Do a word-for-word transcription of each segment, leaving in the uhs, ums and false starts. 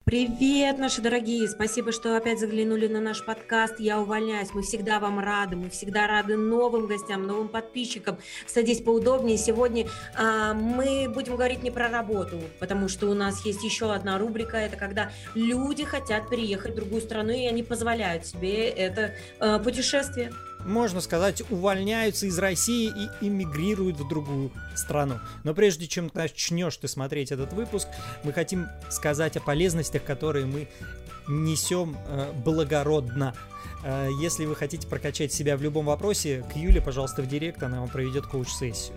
Привет, наши дорогие! Спасибо, что опять заглянули на наш подкаст «Я увольняюсь». Мы всегда вам рады, мы всегда рады новым гостям, новым подписчикам. Садись поудобнее. Сегодня а, мы будем говорить не про работу, потому что у нас есть еще одна рубрика. Это когда люди хотят переехать в другую страну, и они позволяют себе это а, путешествие. Можно сказать, увольняются из России и эмигрируют в другую страну. Но прежде чем начнешь ты смотреть этот выпуск, мы хотим сказать о полезностях, которые мы несем э, благородно. Э, если вы хотите прокачать себя в любом вопросе, к Юле, пожалуйста, в директ, она вам проведет коуч-сессию.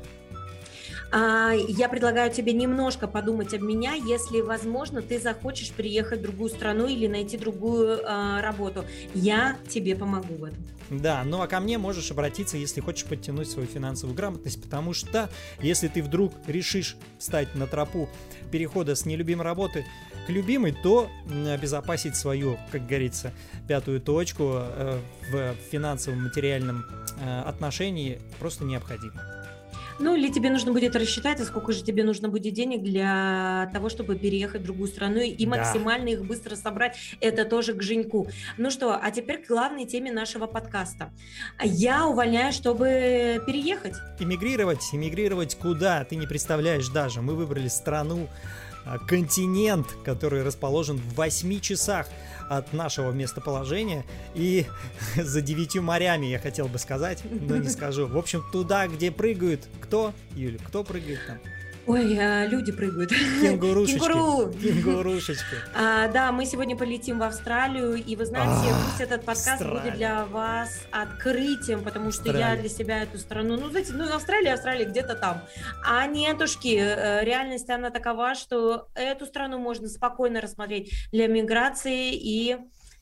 Я предлагаю тебе немножко подумать об меня, если, возможно, ты захочешь переехать в другую страну или найти другую а, работу. Я тебе помогу в этом. Да, ну а ко мне можешь обратиться, если хочешь подтянуть свою финансовую грамотность, потому что если ты вдруг решишь встать на тропу перехода с нелюбимой работы к любимой, то обезопасить свою, как говорится, пятую точку э, в финансовом материальном э, отношении просто необходимо. Ну, или тебе нужно будет рассчитать, а сколько же тебе нужно будет денег для того, чтобы переехать в другую страну и да. максимально их быстро собрать. Это тоже к Женьку. Ну что, а теперь к главной теме нашего подкаста. Я увольняюсь, чтобы переехать. Эмигрировать, эмигрировать куда? Ты не представляешь даже. Мы выбрали страну, континент, который расположен в восьми часах от нашего местоположения и за девятью морями, я хотел бы сказать, но не скажу. В общем, туда, где прыгают кто, Юля, кто прыгает там? Ой, а, люди прыгают. Кенгурушечки. Кенгуру. Кенгурушечки. А, да, мы сегодня полетим в Австралию, и вы знаете, а, пусть этот подкаст Австралия. будет для вас открытием, потому что Австралия. я для себя эту страну, ну, знаете, ну, Австралия, Австралия где-то там. А нетушки, реальность, она такова, что эту страну можно спокойно рассмотреть для миграции, и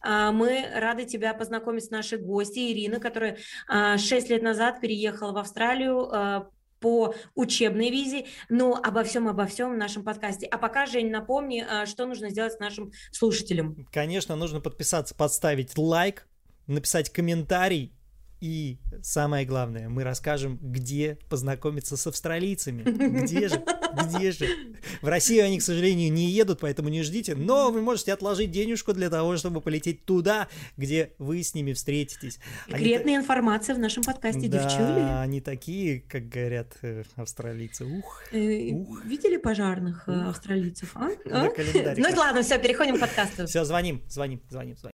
мы рады тебя познакомить с нашей гостьей Ириной, которая шесть лет назад переехала в Австралию по учебной визе, но обо всем, обо всем в нашем подкасте. А пока, Жень, напомни, что нужно сделать с нашим слушателем. Конечно, нужно подписаться, подставить лайк, написать комментарий. И самое главное, мы расскажем, где познакомиться с австралийцами. Где же? Где же? В Россию они, к сожалению, не едут, поэтому не ждите. Но вы можете отложить денежку для того, чтобы полететь туда, где вы с ними встретитесь. Секретная они... информация в нашем подкасте, да, девчули. Да, они такие, как говорят австралийцы. Ух, э, ух. Видели пожарных ух. австралийцев? А? А? Ну и ладно, все, переходим к подкасту. Все, звоним, звоним, звоним, звоним.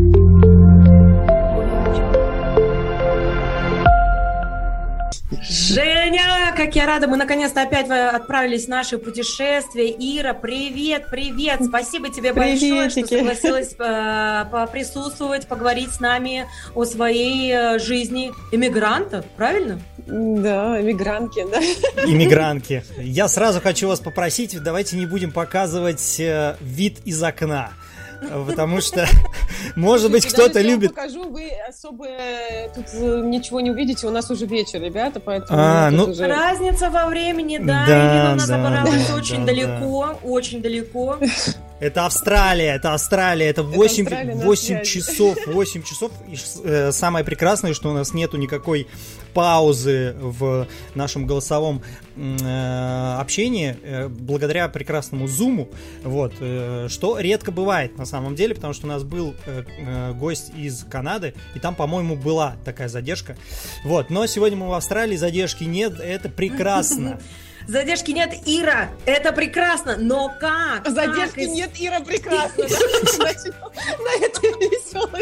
Женя, как я рада, мы наконец-то опять отправились в наше путешествие. Ира, привет, привет, спасибо тебе Приветики. большое, что согласилась присутствовать, поговорить с нами о своей жизни эмигранта, правильно? Да, эмигрантки, да. Эмигрантки. Я сразу хочу вас попросить, давайте не будем показывать вид из окна. Потому что, может быть, кто-то любит... Я покажу, вы особо тут ничего не увидите, у нас уже вечер, ребята, поэтому... А, ну... уже... Разница во времени, да, да Ирина у нас да, забралась да, очень да, далеко, да. очень далеко. Это Австралия, это Австралия, это восемь, это Австралия восемь часов, восемь часов. И э, самое прекрасное, что у нас нету никакой паузы в нашем голосовом э, общении, э, благодаря прекрасному зуму, вот, э, что редко бывает на самом деле, потому что у нас был э, э, гость из Канады, и там, по-моему, была такая задержка. Вот, но сегодня мы в Австралии, задержки нет, это прекрасно. Задержки нет, Ира, это прекрасно, но как? Задержки как? нет, Ира, прекрасно. На этой веселой.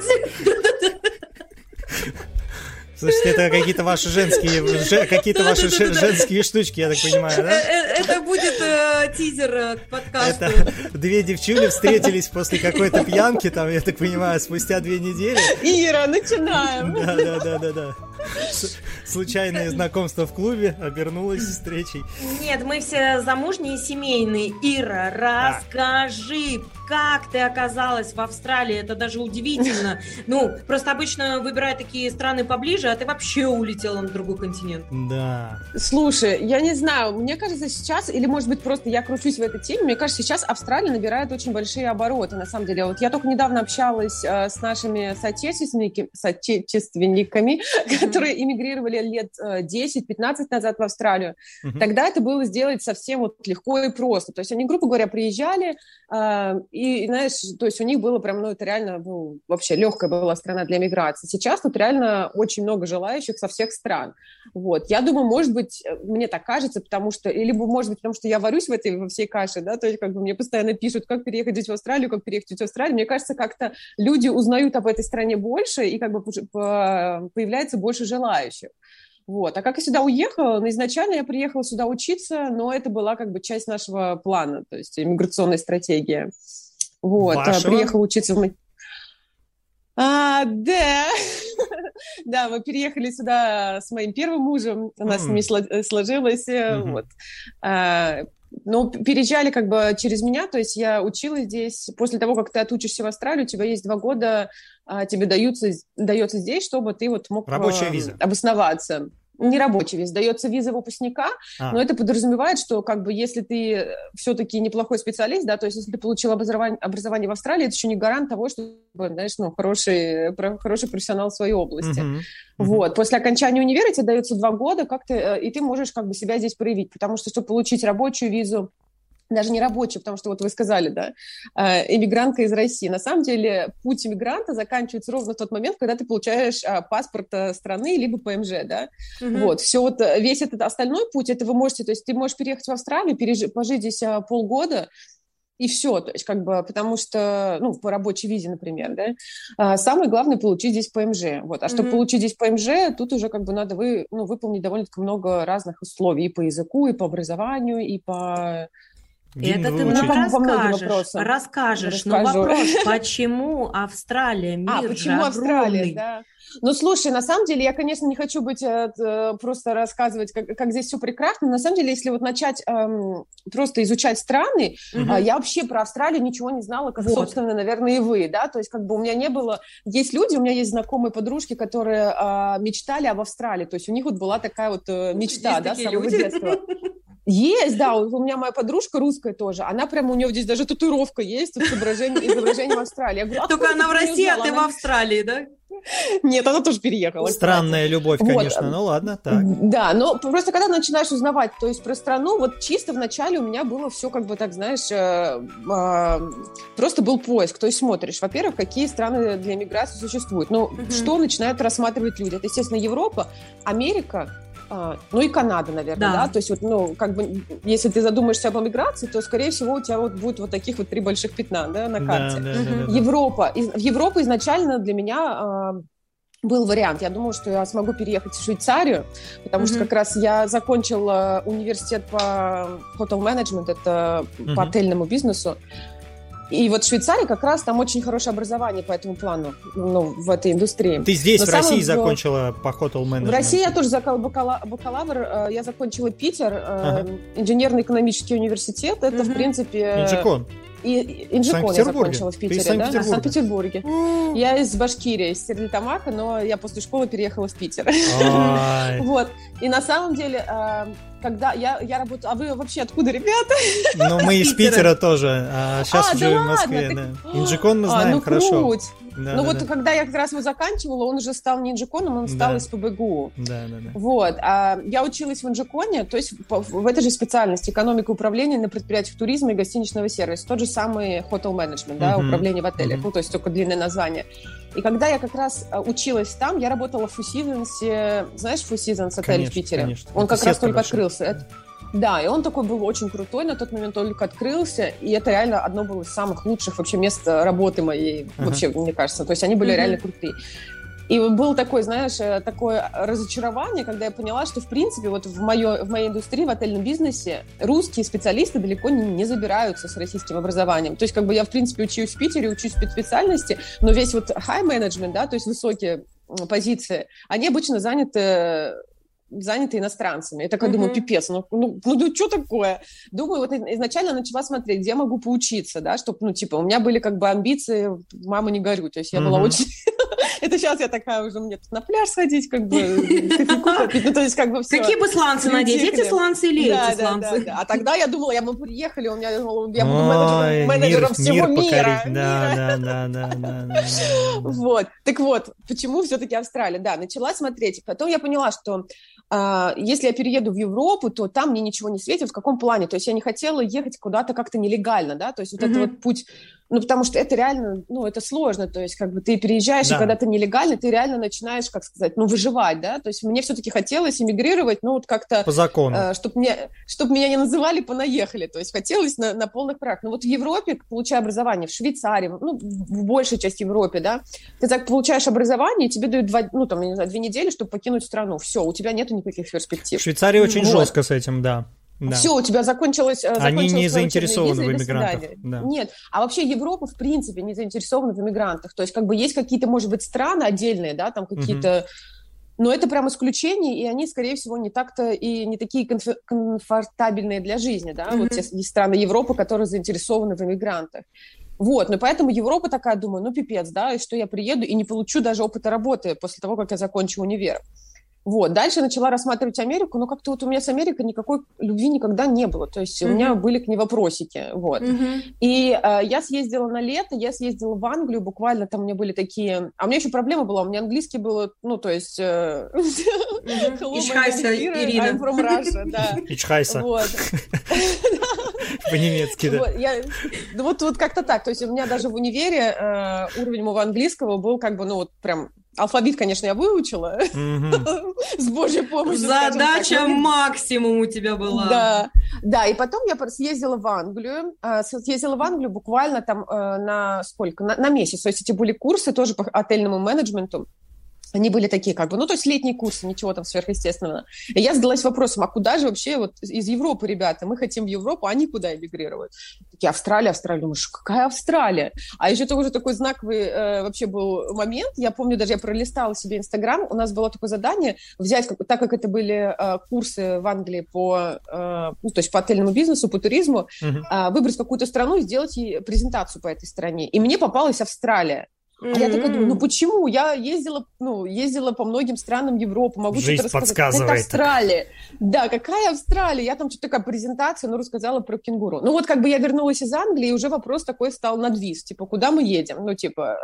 Слушайте, это какие-то ваши женские, какие-то ваши женские штучки, я так понимаю, да? Это будет э, тизер э, к подкасту. Это две девчули встретились после какой-то пьянки, там, я так понимаю, спустя две недели. Ира, начинаем. Да, да, да, да, да. Случайное знакомство в клубе обернулось встречей. Нет, мы все замужние и семейные. Ира, расскажи, как ты оказалась в Австралии? Это даже удивительно. Ну, просто обычно выбирают такие страны поближе, а ты вообще улетела на другой континент. Да. Слушай, я не знаю, мне кажется сейчас, или может быть просто я кручусь в этой теме, мне кажется, сейчас Австралия набирает очень большие обороты, на самом деле. Вот я только недавно общалась э, с нашими соотечественниками, соотечественниками, которые эмигрировали лет десять-пятнадцать назад в Австралию. Uh-huh. Тогда это было сделать совсем вот легко и просто. То есть они, грубо говоря, приезжали э, и и, знаешь, то есть у них было прям, ну, это реально, ну, вообще легкая была страна для миграции. Сейчас тут реально очень много желающих со всех стран. Вот. Я думаю, может быть, мне так кажется, потому что, либо, может быть, потому что я варюсь в этой, во всей каше, да, то есть как бы мне постоянно пишут, как переехать жить в Австралию, как переехать жить в Австралию. Мне кажется, как-то люди узнают об этой стране больше, и как бы появляется больше желающих. Вот. А как я сюда уехала, ну, изначально я приехала сюда учиться, но это была как бы часть нашего плана, то есть иммиграционной стратегии. Вот. Вашего? Приехала учиться в... А, да. Да, мы переехали сюда с моим первым мужем, у нас с ними сложилось. Вот. Ну, переезжали как бы через меня, то есть я училась здесь. После того, как ты отучишься в Австралию, у тебя есть два года, тебе даются, дается здесь, чтобы ты вот мог Рабочая виза. Обосноваться. Не рабочий виз, дается виза выпускника, а. но это подразумевает, что как бы если ты все-таки неплохой специалист, да, то есть если ты получил образование, образование в Австралии, это еще не гарант того, что, знаешь, ну, хороший, хороший профессионал в своей области. Uh-huh. Uh-huh. Вот. После окончания универа тебе дается два года, как ты, и ты можешь как бы себя здесь проявить, потому что, чтобы получить рабочую визу, даже не рабочую, потому что вот вы сказали, да, иммигрантка из России. На самом деле путь иммигранта заканчивается ровно в тот момент, когда ты получаешь паспорт страны либо ПМЖ, да. Mm-hmm. Вот, все вот, весь этот остальной путь, это вы можете, то есть ты можешь переехать в Австралию, пережи, пожить здесь полгода, и все, то есть как бы, потому что, ну, по рабочей визе, например, да, а, самое главное получить здесь ПМЖ, вот, а чтобы mm-hmm. получить здесь ПМЖ, тут уже как бы надо вы, ну, выполнить довольно-таки много разных условий и по языку, и по образованию, и по... И это ты много расскажешь, расскажешь, но вопрос, почему Австралия, мир а, почему же Австралия, огромный. Да. Ну, слушай, на самом деле, я, конечно, не хочу быть э, просто рассказывать, как, как здесь все прекрасно. На самом деле, если вот начать эм, просто изучать страны, угу. э, я вообще про Австралию ничего не знала, как, вот. собственно, наверное, и вы, да, то есть как бы у меня не было... Есть люди, у меня есть знакомые подружки, которые э, мечтали об Австралии, то есть у них вот была такая вот э, мечта, есть да, с самого люди? детства. Есть, да, у меня моя подружка русская тоже, она прямо, у нее здесь даже татуировка есть, тут изображение, изображение в Австралии. Я говорю, только она в России, а ты она... в Австралии, да? Нет, она тоже переехала. Странная кстати. любовь, конечно, вот. Ну ладно, так. Да, но просто когда начинаешь узнавать, то есть про страну, вот чисто в начале у меня было все как бы так, знаешь, э, э, просто был поиск, то есть смотришь, во-первых, какие страны для миграции существуют, ну, mm-hmm. что начинают рассматривать люди, это, естественно, Европа, Америка, А, ну и Канада, наверное, да. да, то есть вот, ну, как бы, если ты задумаешься об эмиграции, то, скорее всего, у тебя вот будет вот таких вот три больших пятна, да, на карте. Да, да, угу. да, да, Европа. Из, в Европу изначально для меня а, был вариант. Я думала, что я смогу переехать в Швейцарию, потому угу. что как раз я закончила университет по hotel management, это угу. по отельному бизнесу. И вот в Швейцарии как раз там очень хорошее образование по этому плану, ну, в этой индустрии. Ты здесь, Но в России, в... закончила по hotel management? В России я тоже закончила бакала... бакалавр, я закончила Питер, ага. инженерно-экономический университет, это, угу. в принципе... Инжикон. И Инжикон я закончила в Питере, да? В Санкт-Петербурге. Mm. Я из Башкирии, из Стерлитамака, но я после школы переехала в Питер. Вот. И на самом деле, когда я, я работаю... А вы вообще откуда, ребята? Ну, мы из Питера тоже, а сейчас а, живем да в Москве. Да. Инжикон мы знаем а, ну, хорошо. Круть. Да, ну да, вот да. когда я как раз его заканчивала, он уже стал не инжиконом, он стал да. из ПБГУ. Да, да, да. Вот. А я училась в инжиконе, то есть в этой же специальности экономика управления на предприятиях туризма и гостиничного сервиса. Тот же самый hotel management, да, uh-huh. управление в отелях, uh-huh. ну то есть только длинное название. И когда я как раз училась там, я работала в Four Seasons, знаешь, Four Seasons отель конечно, в Питере? Конечно. Он это как раз только большой. открылся. Это... Да, и он такой был очень крутой, на тот момент только открылся, и это реально одно было из самых лучших вообще мест работы моей, uh-huh. вообще, мне кажется. То есть они были uh-huh. реально крутые. И было такое, знаешь, такое разочарование, когда я поняла, что, в принципе, вот в, моё, в моей индустрии, в отельном бизнесе русские специалисты далеко не, не забираются с российским образованием. То есть, как бы я, в принципе, учусь в Питере, учусь в специальности, но весь вот high management, да, то есть высокие позиции, они обычно заняты... заняты иностранцами. Я такая mm-hmm. думаю, пипец, ну, ну, ну, ну что такое? Думаю, вот изначально начала смотреть, где могу поучиться, да, чтобы, ну, типа, у меня были как бы амбиции, мама, не горю, то есть я mm-hmm. была очень... Это сейчас я такая уже, мне тут на пляж сходить, как бы, ну, то есть как бы все. Какие бы сланцы надеть? Эти сланцы или эти сланцы? А тогда я думала, мы приехали, у меня, я буду менеджером всего мира. Да, да, да, да. Вот. Так вот, почему все-таки Австралия? Да, начала смотреть. Потом я поняла, что а, если я перееду в Европу, то там мне ничего не светит. В каком плане? То есть я не хотела ехать куда-то как-то нелегально, да, то есть вот mm-hmm. этот вот путь, ну, потому что это реально, ну, это сложно, то есть как бы ты переезжаешь, да. и когда ты нелегально, ты реально начинаешь, как сказать, ну, выживать, да, то есть мне все-таки хотелось эмигрировать, ну, вот как-то... По закону. Э, чтобы меня, чтоб меня не называли понаехали, то есть хотелось на, на полных правах. Но вот в Европе, получая образование, в Швейцарии, ну, в большей части Европы, да, ты так получаешь образование, и тебе дают два, ну, там, я не знаю, две недели, чтобы покинуть страну. Все, у тебя нету никаких перспектив. В Швейцарии очень вот. жестко с этим, да. Да. Все, у тебя закончилось... закончилось Они не заинтересованы в иммигрантах. Да. Нет. А вообще Европа, в принципе, не заинтересована в иммигрантах. То есть как бы есть какие-то, может быть, страны отдельные, да, там какие-то... Но это прям исключение, и они, скорее всего, не так-то и не такие комфор- комфортабельные для жизни, да. Mm-hmm. Вот есть, есть страны Европы, которые заинтересованы в иммигрантах. Вот, ну поэтому Европа такая, думаю, ну пипец, да, и что я приеду и не получу даже опыта работы после того, как я закончу универ. Вот, дальше начала рассматривать Америку, но как-то вот у меня с Америкой никакой любви никогда не было, то есть mm-hmm. у меня были к ней вопросики, вот. Mm-hmm. И э, я съездила на лето, я съездила в Англию, буквально там у меня были такие... А у меня еще проблема была, у меня английский был, ну, то есть... Ичхайса, Ирина. I'm from Russia, да. Ичхайса. Вот. По-немецки, да. Вот как-то так, то есть у меня даже в универе уровень моего английского был как бы, ну, вот прям... Алфавит, конечно, я выучила. Mm-hmm. С Божьей помощью. Задача так, максимум у тебя была. Да, да. И потом я съездила в Англию. Съездила в Англию буквально там на сколько? На, на месяц. То есть эти были курсы тоже по отельному менеджменту. Они были такие, как бы, ну, то есть летние курсы, ничего там сверхъестественного. И я задалась вопросом, а куда же вообще вот из Европы, ребята? Мы хотим в Европу, а они куда эмигрируют? Такие, Австралия, Австралия. Думаешь, какая Австралия? А еще тоже такой знаковый э, вообще был момент. Я помню, даже я пролистала себе Инстаграм, у нас было такое задание взять, как, так как это были э, курсы в Англии по, э, ну, то есть по отельному бизнесу, по туризму, uh-huh. э, выбрать какую-то страну и сделать ей презентацию по этой стране. И мне попалась Австралия. А я такая думаю, ну почему? Я ездила, ну, ездила по многим странам Европы, могу Жизнь что-то рассказать. Это Австралия. Да, какая Австралия? Я там что-то такая презентация, ну, рассказала про кенгуру. Ну, вот как бы я вернулась из Англии, и уже вопрос такой стал надвис. Типа, куда мы едем? Ну, типа,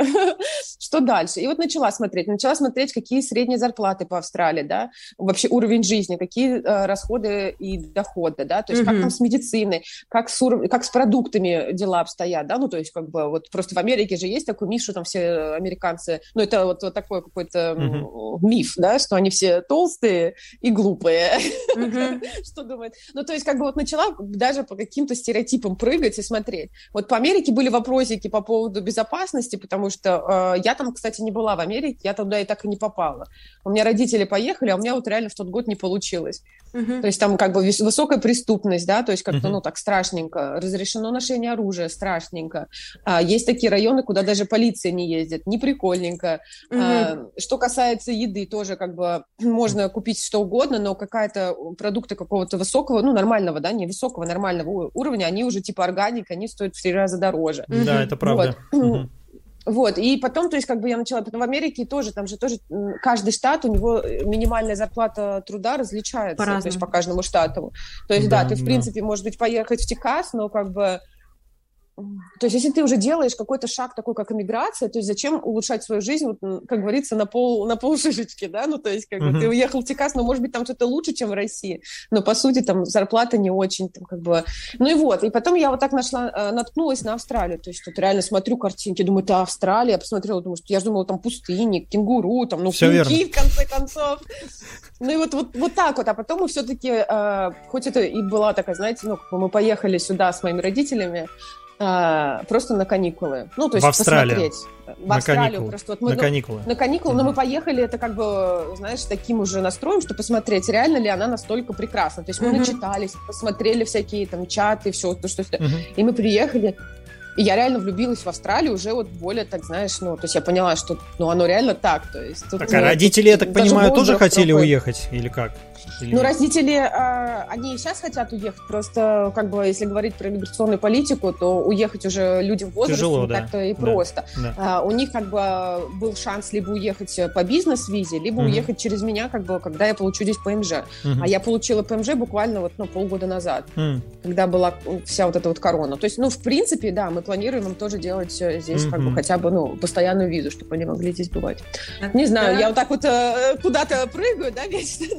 что дальше? И вот начала смотреть. Начала смотреть, какие средние зарплаты по Австралии, да, вообще уровень жизни, какие э, расходы и доходы, да, то есть как там с медициной, как с, уров... как с продуктами дела обстоят, да, ну, то есть как бы вот просто в Америке же есть такой миф, что там все американцы, ну, это вот, вот такой какой-то mm-hmm. миф, да, что они все толстые и глупые. Mm-hmm. Что думают? Ну, то есть, как бы вот начала даже по каким-то стереотипам прыгать и смотреть. Вот по Америке были вопросики по поводу безопасности, потому что э, я там, кстати, не была в Америке, я туда и так и не попала. У меня родители поехали, а у меня вот реально в тот год не получилось. Uh-huh. То есть там как бы высокая преступность, да, то есть как-то, uh-huh. ну, так страшненько. Разрешено ношение оружия, страшненько. А, есть такие районы, куда даже полиция не ездит, не прикольненько. Uh-huh. А, что касается еды, тоже как бы можно купить что угодно, но какая-то продукты какого-то высокого, ну, нормального, да, не высокого, нормального уровня, они уже типа органика, они стоят в три раза дороже. Uh-huh. Да, это правда. Вот. Uh-huh. Вот, и потом, то есть, как бы я начала, потом в Америке тоже, там же тоже каждый штат, у него минимальная зарплата труда различается, по-разному. То есть по каждому штату. То есть, да, да ты, в да. принципе, может быть, поехать в Техас, но как бы... То есть, если ты уже делаешь какой-то шаг такой, как эмиграция, то есть зачем улучшать свою жизнь, вот, как говорится, на пол, на полшишечки, да? Ну, то есть, как uh-huh. бы ты уехал в Техас, но, может быть, там что-то лучше, чем в России, но, по сути, там зарплата не очень, там, как бы... Ну, и вот, и потом я вот так нашла, наткнулась на Австралию, то есть, тут реально смотрю картинки, думаю, это Австралия, я посмотрела, думаю, что я же думала, там пустыни, кенгуру, там, ну, пауки, в конце концов. Ну, и вот, вот, вот так вот, а потом мы все-таки, э, хоть это и была такая, знаете, ну, мы поехали сюда с моими родителями, А, просто на каникулы. Ну, то есть в Австралию. посмотреть. В на Австралию каникулы. просто. Вот мы, на каникулы. На каникулы, mm-hmm. но мы поехали, это как бы, знаешь, таким уже настроем, что посмотреть, реально ли она настолько прекрасна. То есть мы mm-hmm. начитались, посмотрели всякие там чаты, все, то, что... Mm-hmm. И мы приехали, и я реально влюбилась в Австралию уже вот более, так знаешь, ну, то есть я поняла, что, ну, оно реально так, то есть... Тут, так, а родители, я так понимаю, тоже хотели проходит. уехать, или как? Или... Ну, родители, э, они и сейчас хотят уехать, просто, как бы, если говорить про миграционную политику, то уехать уже людям в возрасте Тяжело, не да. так-то и да. просто. Да. А, у них, как бы, был шанс либо уехать по бизнес-визе, либо mm-hmm. уехать через меня, как бы, когда я получу здесь ПМЖ. Mm-hmm. А я получила ПМЖ буквально вот, ну, полгода назад, mm-hmm. когда была вся вот эта вот корона. То есть, ну, в принципе, да, мы планируем им тоже делать здесь, mm-hmm. как бы, хотя бы, ну, постоянную визу, чтобы они могли здесь бывать. Не знаю, да. я вот так вот э, куда-то прыгаю, да, вечно, надеюсь,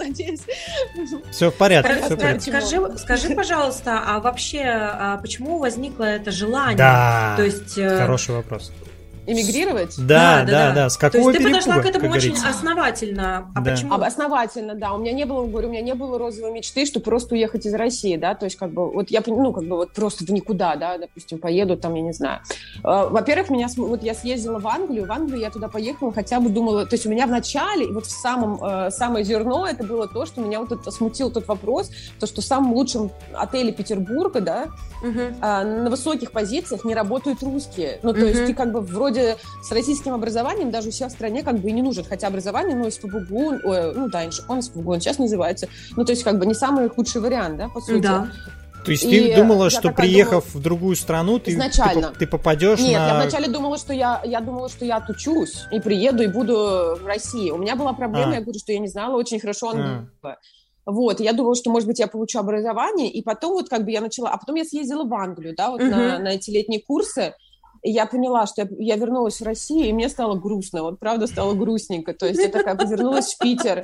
Все в порядке. Скажи, Все в порядке. скажи, скажи, пожалуйста, а вообще, а почему возникло это желание? Да, То есть, хороший вопрос. Эмигрировать? Да, да, да, да. С какого перепуга, то есть ты подошла к этому очень говорится. основательно. А да. почему? Основательно, да. У меня не было, говорю, у меня не было розовой мечты, что просто уехать из России, да, то есть как бы вот я, ну, как бы вот просто в никуда, да, допустим, поеду там, я не знаю. Во-первых, меня, вот я съездила в Англию, в Англию я туда поехала, хотя бы думала, то есть у меня в начале, вот в самом, самое зерно это было то, что меня вот это смутил тот вопрос, то, что в самом лучшем отеле Петербурга, да, угу. на высоких позициях не работают русские. Ну, то угу. есть ты как бы вроде с российским образованием даже у себя в стране как бы и не нужен. Хотя образование, ну, СПбГУ, ой, ну, да, инжикон, СПбГУ, он сейчас называется. Ну, то есть как бы не самый худший вариант, да, по сути. Да. То есть и ты думала, что приехав думала... в другую страну, ты, изначально. ты, ты попадешь Нет, на... я вначале думала, что я, я думала, что я отучусь и приеду, и буду в России. У меня была проблема, а. я говорю, что я не знала очень хорошо английского. А. Вот, я думала, что, может быть, я получу образование, и потом вот как бы я начала... А потом я съездила в Англию, да, вот uh-huh. на, на эти летние курсы, и я поняла, что я, я вернулась в Россию, и мне стало грустно, вот правда стало грустненько. То есть я такая повернулась в Питер.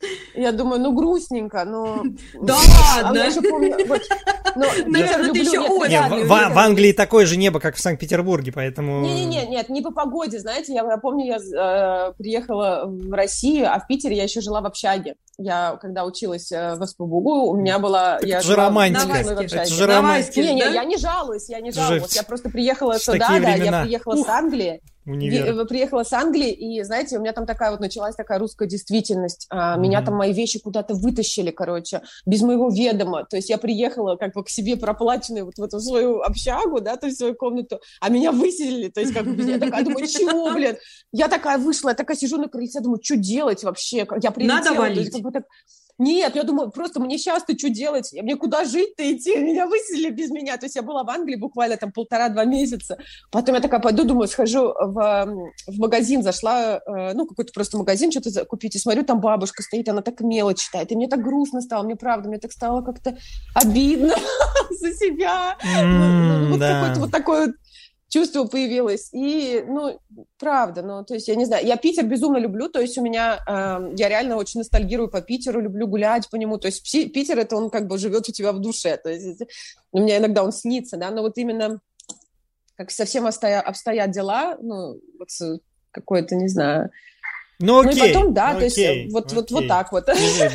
Я думаю, ну грустненько, но... Да ладно! Я же помню, вот, но Наверное, люблю, еще нет, очень. я, в, в, в Англии такое же небо, как в Санкт-Петербурге, поэтому... Не-не-не, нет, не по погоде, знаете, я, я помню, я э, приехала в Россию, а в Питере я еще жила в общаге. Я, когда училась э, в СПбГУ, у меня была... Так я это же романтика. Это же романтика. Не-не, да? я не жалуюсь, я не жалуюсь. Же Я просто приехала в сюда, да, времена. я приехала Ух. с Англии. Универ. Приехала с Англии, и, знаете, у меня там такая вот началась такая русская действительность. Mm-hmm. Меня там мои вещи куда-то вытащили, короче, без моего ведома. То есть я приехала как бы к себе проплаченной вот в эту свою общагу, да, то есть в свою комнату, а меня выселили. То есть как бы я такая думаю, чего, блин? Я такая вышла, я такая сижу на крыльце, думаю, что делать вообще? Я прилетела. Надо валить. Как бы так... Нет, я думаю, просто мне сейчас-то что делать? Мне куда жить-то идти? Меня выселили без меня. То есть я была в Англии буквально там полтора-два месяца. Потом я такая пойду, думаю, схожу в, в магазин, зашла, ну, какой-то просто магазин, что-то купить, и смотрю, там бабушка стоит, она так мелочь читает. И мне так грустно стало, мне правда, мне так стало как-то обидно за себя. Вот какой-то вот такой вот чувство появилось. И, ну, правда, ну, то есть, я не знаю, я Питер безумно люблю, то есть у меня, э, я реально очень ностальгирую по Питеру, люблю гулять по нему, то есть Пси- Питер, это он как бы живет у тебя в душе, то есть у меня иногда он снится, да, но вот именно как совсем обстоя- обстоят дела, ну, вот какое-то, не знаю... Ну, окей, ну и потом, да, ну, то окей, есть вот, окей. вот, вот так вот.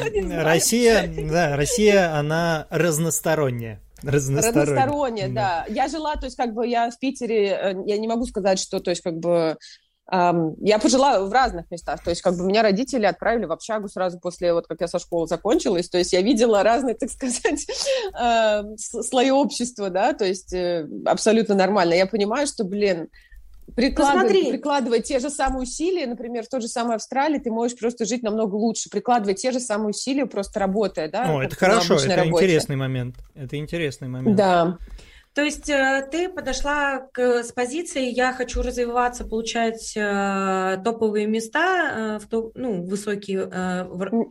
Россия, да, Россия, она разносторонняя. Разносторонняя. Разносторонняя, да. да. Я жила, то есть как бы я в Питере, я не могу сказать, что, то есть как бы эм, я пожила в разных местах, то есть как бы меня родители отправили в общагу сразу после, вот как я со школы закончилась, то есть я видела разные, так сказать, э, слои общества, да, то есть э, абсолютно нормально. Я понимаю, что, блин, Прикладывать, прикладывая те же самые усилия, например, в той же самой Австралии, ты можешь просто жить намного лучше, прикладывая те же самые усилия, просто работая, да? О, это хорошо, это работе. интересный момент, это интересный момент. Да. То есть ты подошла к, с позиции «я хочу развиваться, получать э, топовые места, э, в топ, ну, высокие, э, в,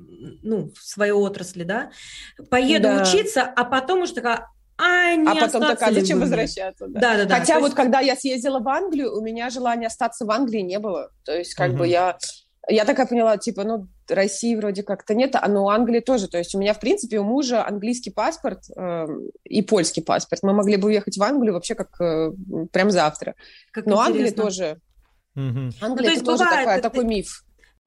ну, в своей отрасли, да? Поеду да. учиться, а потом уже такая... А, не а потом такая, зачем мне. возвращаться? Да. Да, да, да. Хотя То вот есть... когда я съездила в Англию, у меня желания остаться в Англии не было. То есть как uh-huh. бы я, я такая поняла, типа, ну, России вроде как-то нет, а но у Англии тоже. То есть у меня, в принципе, у мужа английский паспорт э, и польский паспорт. Мы могли бы уехать в Англию вообще как э, прям завтра. Как но интересно. Англия тоже... Uh-huh. Англия ну, это тоже бывает, такая, это... такой миф.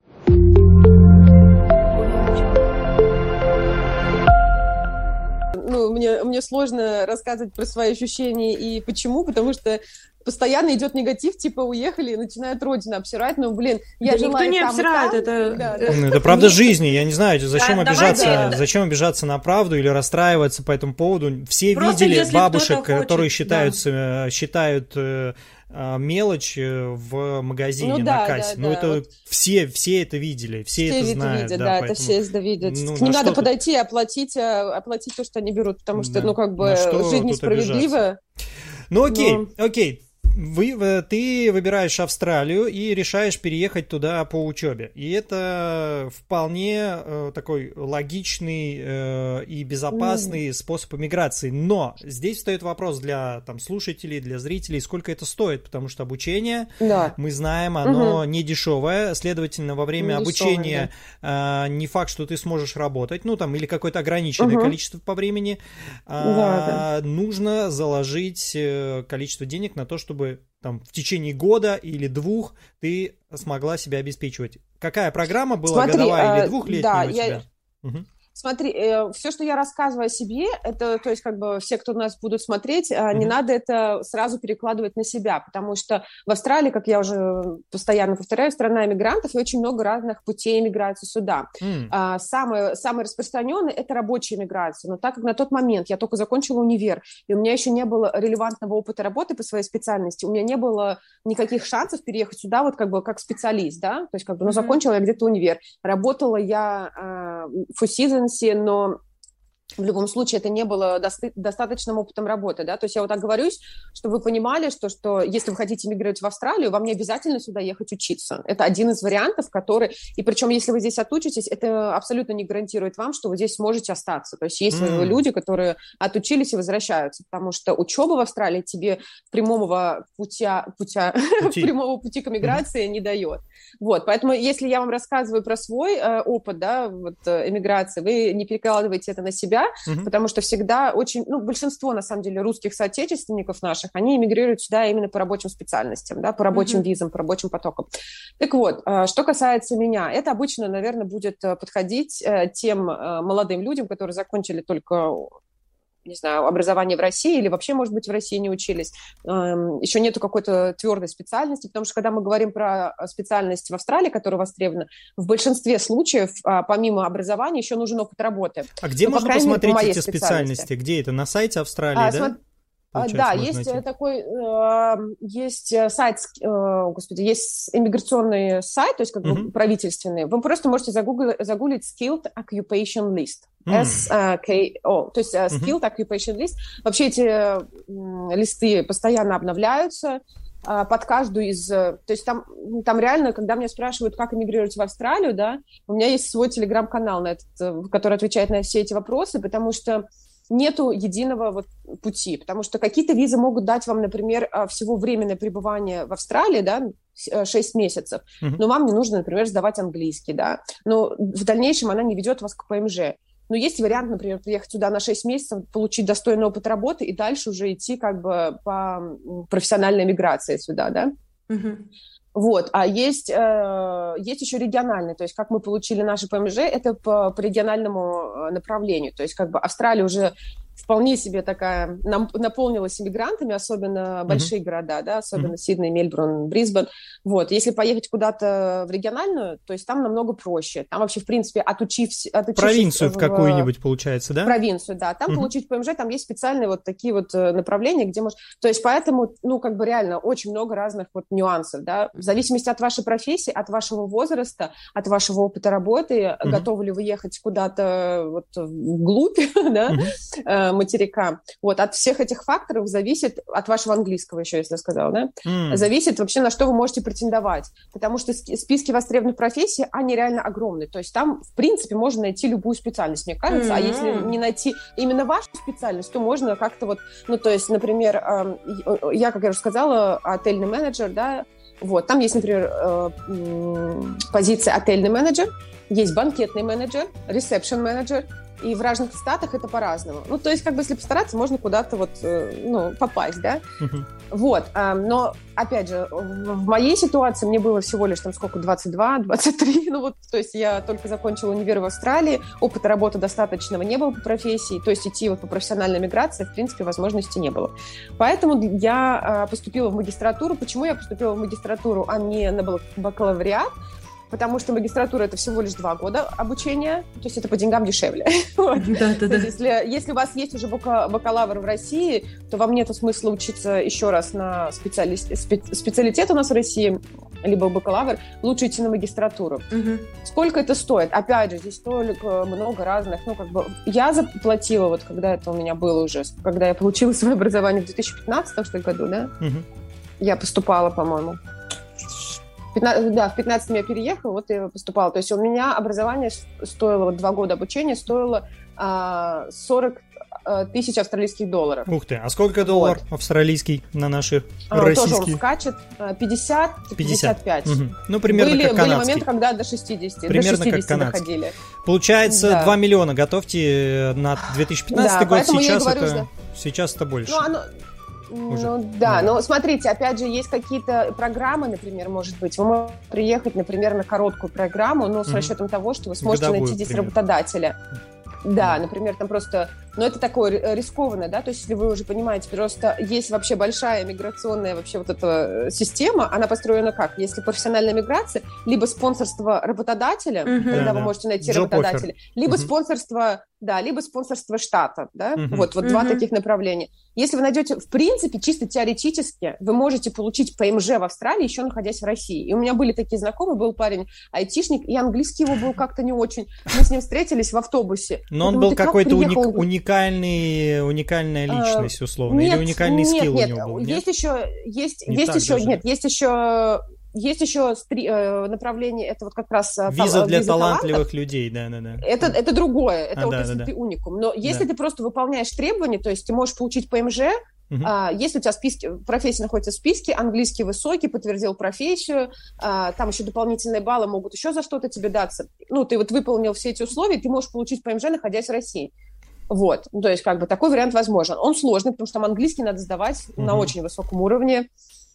Ну, мне, мне сложно рассказывать про свои ощущения и почему, потому что постоянно идет негатив, типа уехали и начинают родину обсирать, но, блин, я да жила никто не там, обсирает, там. это... Да, да. Ну, это правда жизни, я не знаю, зачем, да, обижаться, давайте... зачем обижаться на правду или расстраиваться по этому поводу. Все Просто видели бабушек, хочет, которые считаются, да. считают э, мелочь в магазине ну, на да, кассе. Да, ну, да, это вот. все, все это видели, все, все это знают. Видят, да, да, поэтому... это все это видят. Ну, К ним надо ты... подойти и оплатить, оплатить то, что они берут, потому что, да. ну, как бы, жизнь несправедлива. Ну, окей, Но... окей. Вы, ты выбираешь Австралию и решаешь переехать туда по учебе. И это вполне э, такой логичный э, и безопасный mm. способ эмиграции. Но здесь встает вопрос для там, слушателей, для зрителей, сколько это стоит, потому что обучение, да. мы знаем, оно mm-hmm. не дешевое. Следовательно, во время не обучения дешевое, да. э, не факт, что ты сможешь работать, ну там, или какое-то ограниченное mm-hmm. количество по времени. Э, да, да. Нужно заложить э, количество денег на то, чтобы там в течение года или двух ты смогла себя обеспечивать. Какая программа была, Смотри, годовая э, или двухлетняя да, у тебя? Я... Угу. Смотри, э, все, что я рассказываю о себе, это, то есть, как бы, все, кто нас будут смотреть, э, mm-hmm. не надо это сразу перекладывать на себя, потому что в Австралии, как я уже постоянно повторяю, страна иммигрантов, и очень много разных путей иммиграции сюда. Mm. Э, самый, самый распространенный – это рабочая иммиграция, но так как на тот момент я только закончила универ, и у меня еще не было релевантного опыта работы по своей специальности, у меня не было никаких шансов переехать сюда, вот, как бы, как специалист, да, то есть, как бы, ну, mm-hmm. закончила я где-то универ, работала я э, four seasons, но в любом случае это не было доста- достаточным опытом работы, да, то есть я вот так говорюсь, чтобы вы понимали, что, что если вы хотите мигрировать в Австралию, вам не обязательно сюда ехать учиться, это один из вариантов, который, и причем если вы здесь отучитесь, это абсолютно не гарантирует вам, что вы здесь сможете остаться, то есть есть mm. люди, которые отучились и возвращаются, потому что учеба в Австралии тебе прямого путя, путя, пути. прямого пути к эмиграции mm. не дает, вот, поэтому если я вам рассказываю про свой э, опыт, да, вот, э, эмиграции, вы не перекладываете это на себя, Uh-huh. потому что всегда очень, ну, большинство, на самом деле, русских соотечественников наших, они эмигрируют сюда именно по рабочим специальностям, да, по рабочим uh-huh. визам, по рабочим потокам. Так вот, что касается меня, это обычно, наверное, будет подходить тем молодым людям, которые закончили только... не знаю, образование в России или вообще, может быть, в России не учились. Еще нету какой-то твердой специальности, потому что, когда мы говорим про специальность в Австралии, которая востребована, в большинстве случаев, помимо образования, еще нужен опыт работы. А где ну, можно посмотреть эти специальности? Где это? На сайте Австралии, а, да? См... Да, есть найти. такой, э, есть сайт, э, господи, есть иммиграционный сайт, то есть как mm-hmm. бы правительственный. Вы просто можете загугли, загуглить Skilled Occupation List. Mm. эс кей о, то есть uh, Skilled mm-hmm. Occupation List. Вообще эти э, листы постоянно обновляются э, под каждую из... Э, то есть там, там реально, когда меня спрашивают, как эмигрировать в Австралию, да, у меня есть свой телеграм-канал, на этот, э, который отвечает на все эти вопросы, потому что нету единого вот пути, потому что какие-то визы могут дать вам, например, всего временное пребывание в Австралии, да, шесть месяцев, mm-hmm. но вам не нужно, например, сдавать английский, да, но в дальнейшем она не ведет вас к ПМЖ. Но есть вариант, например, приехать сюда на шесть месяцев, получить достойный опыт работы и дальше уже идти как бы по профессиональной миграции сюда, да. Mm-hmm. Вот, а есть, э, есть еще региональный, то есть как мы получили наши ПМЖ, это по, по региональному направлению, то есть как бы Австралия уже вполне себе такая нам, наполнилась иммигрантами, особенно mm-hmm. большие города, да, особенно mm-hmm. Сидней, Мельбурн, Брисбен. Вот, если поехать куда-то в региональную, то есть там намного проще. Там вообще, в принципе, отучившись... Провинцию в, в какую-нибудь, получается, да? Провинцию, да. Там mm-hmm. получить ПМЖ, там есть специальные вот такие вот направления, где можно... То есть поэтому, ну, как бы реально очень много разных вот нюансов, да. В зависимости от вашей профессии, от вашего возраста, от вашего опыта работы, mm-hmm. готовы ли вы ехать куда-то вот вглубь, да, mm-hmm. материка. Вот, от всех этих факторов зависит, от вашего английского еще, если я сказала, да, mm. зависит вообще, на что вы можете претендовать. Потому что списки востребованных профессий, они реально огромные. То есть там, в принципе, можно найти любую специальность, мне кажется. Mm-hmm. А если не найти именно вашу специальность, то можно как-то вот, ну, то есть, например, я, как я уже сказала, отельный менеджер, да, вот, там есть, например, позиция отельный менеджер, есть банкетный менеджер, ресепшн-менеджер, и в разных штатах это по-разному. Ну, то есть, как бы, если постараться, можно куда-то вот, ну, попасть, да? Uh-huh. Вот. Но, опять же, в моей ситуации мне было всего лишь, там, сколько, двадцать два двадцать три, ну, вот, то есть я только закончила универ в Австралии, опыта работы достаточного не было по профессии, то есть идти вот по профессиональной миграции, в принципе, возможности не было. Поэтому я поступила в магистратуру. Почему я поступила в магистратуру, а не на бакалавриат? Потому что магистратура – это всего лишь два года обучения, то есть это по деньгам дешевле. Вот. Да, да, да. Если, если у вас есть уже бакалавр в России, то вам нет смысла учиться еще раз на специали... специалитет у нас в России, либо бакалавр, лучше идти на магистратуру. Угу. Сколько это стоит? Опять же, здесь столько много разных, ну, как бы, я заплатила, вот, когда это у меня было уже, когда я получила свое образование в две тысячи пятнадцатом, что ли, году, да? Угу. я поступала, по-моему. пятнадцать, да, в пятнадцатом я переехала, вот я поступала. То есть у меня образование стоило, вот два года обучения стоило а, сорок тысяч австралийских долларов. Ух ты, а сколько доллар вот. Австралийский на наши а, российские? Тоже он скачет, пятьдесят пятьдесят пять. Угу. Ну, примерно были, как канадский. Были моменты, когда до шестидесяти, примерно до шестидесяти как канадский. доходили. Получается, да. два миллиона готовьте на две тысячи пятнадцатый да, год, сейчас, говорю, это, что... сейчас это больше. Ну, оно... Уже. Ну да, но смотрите, опять же, есть какие-то программы, например, может быть, вы можете приехать, например, на короткую программу, но с mm-hmm. расчетом того, что вы сможете Годовую, найти здесь например. работодателя. Да, mm-hmm. например, там просто, но это такое рискованное, да, то есть если вы уже понимаете, просто есть вообще большая миграционная вообще вот эта система, она построена как? Если профессиональная миграция, либо спонсорство работодателя, mm-hmm. когда да, вы да. можете найти Job работодателя, offer. либо mm-hmm. спонсорство, да, либо спонсорство штата, да, mm-hmm. вот, вот mm-hmm. два таких направления. Если вы найдете, в принципе, чисто теоретически, вы можете получить ПМЖ в Австралии, еще находясь в России. И у меня были такие знакомые, был парень айтишник, и английский его был как-то не очень. Мы с ним встретились в автобусе. Но он был какой-то уник, уникальный, уникальная личность, условно, нет, или уникальный нет, скилл нет, у него был? Есть нет? еще, есть, не есть еще, даже. нет, есть еще... Есть еще стри- э, направление, это вот как раз... Виза для виза талантливых талантов. людей, да-да-да. Это, это другое, это а, вот да, если да, ты да. уникум. Но если да. ты просто выполняешь требования, то есть ты можешь получить ПМЖ, uh-huh. а, если у тебя списки, профессия находится в списке, английский высокий, подтвердил профессию, а, там еще дополнительные баллы могут еще за что-то тебе даться. Ну, ты вот выполнил все эти условия, ты можешь получить ПМЖ, находясь в России. Вот, то есть как бы такой вариант возможен. Он сложный, потому что там английский надо сдавать uh-huh. на очень высоком уровне.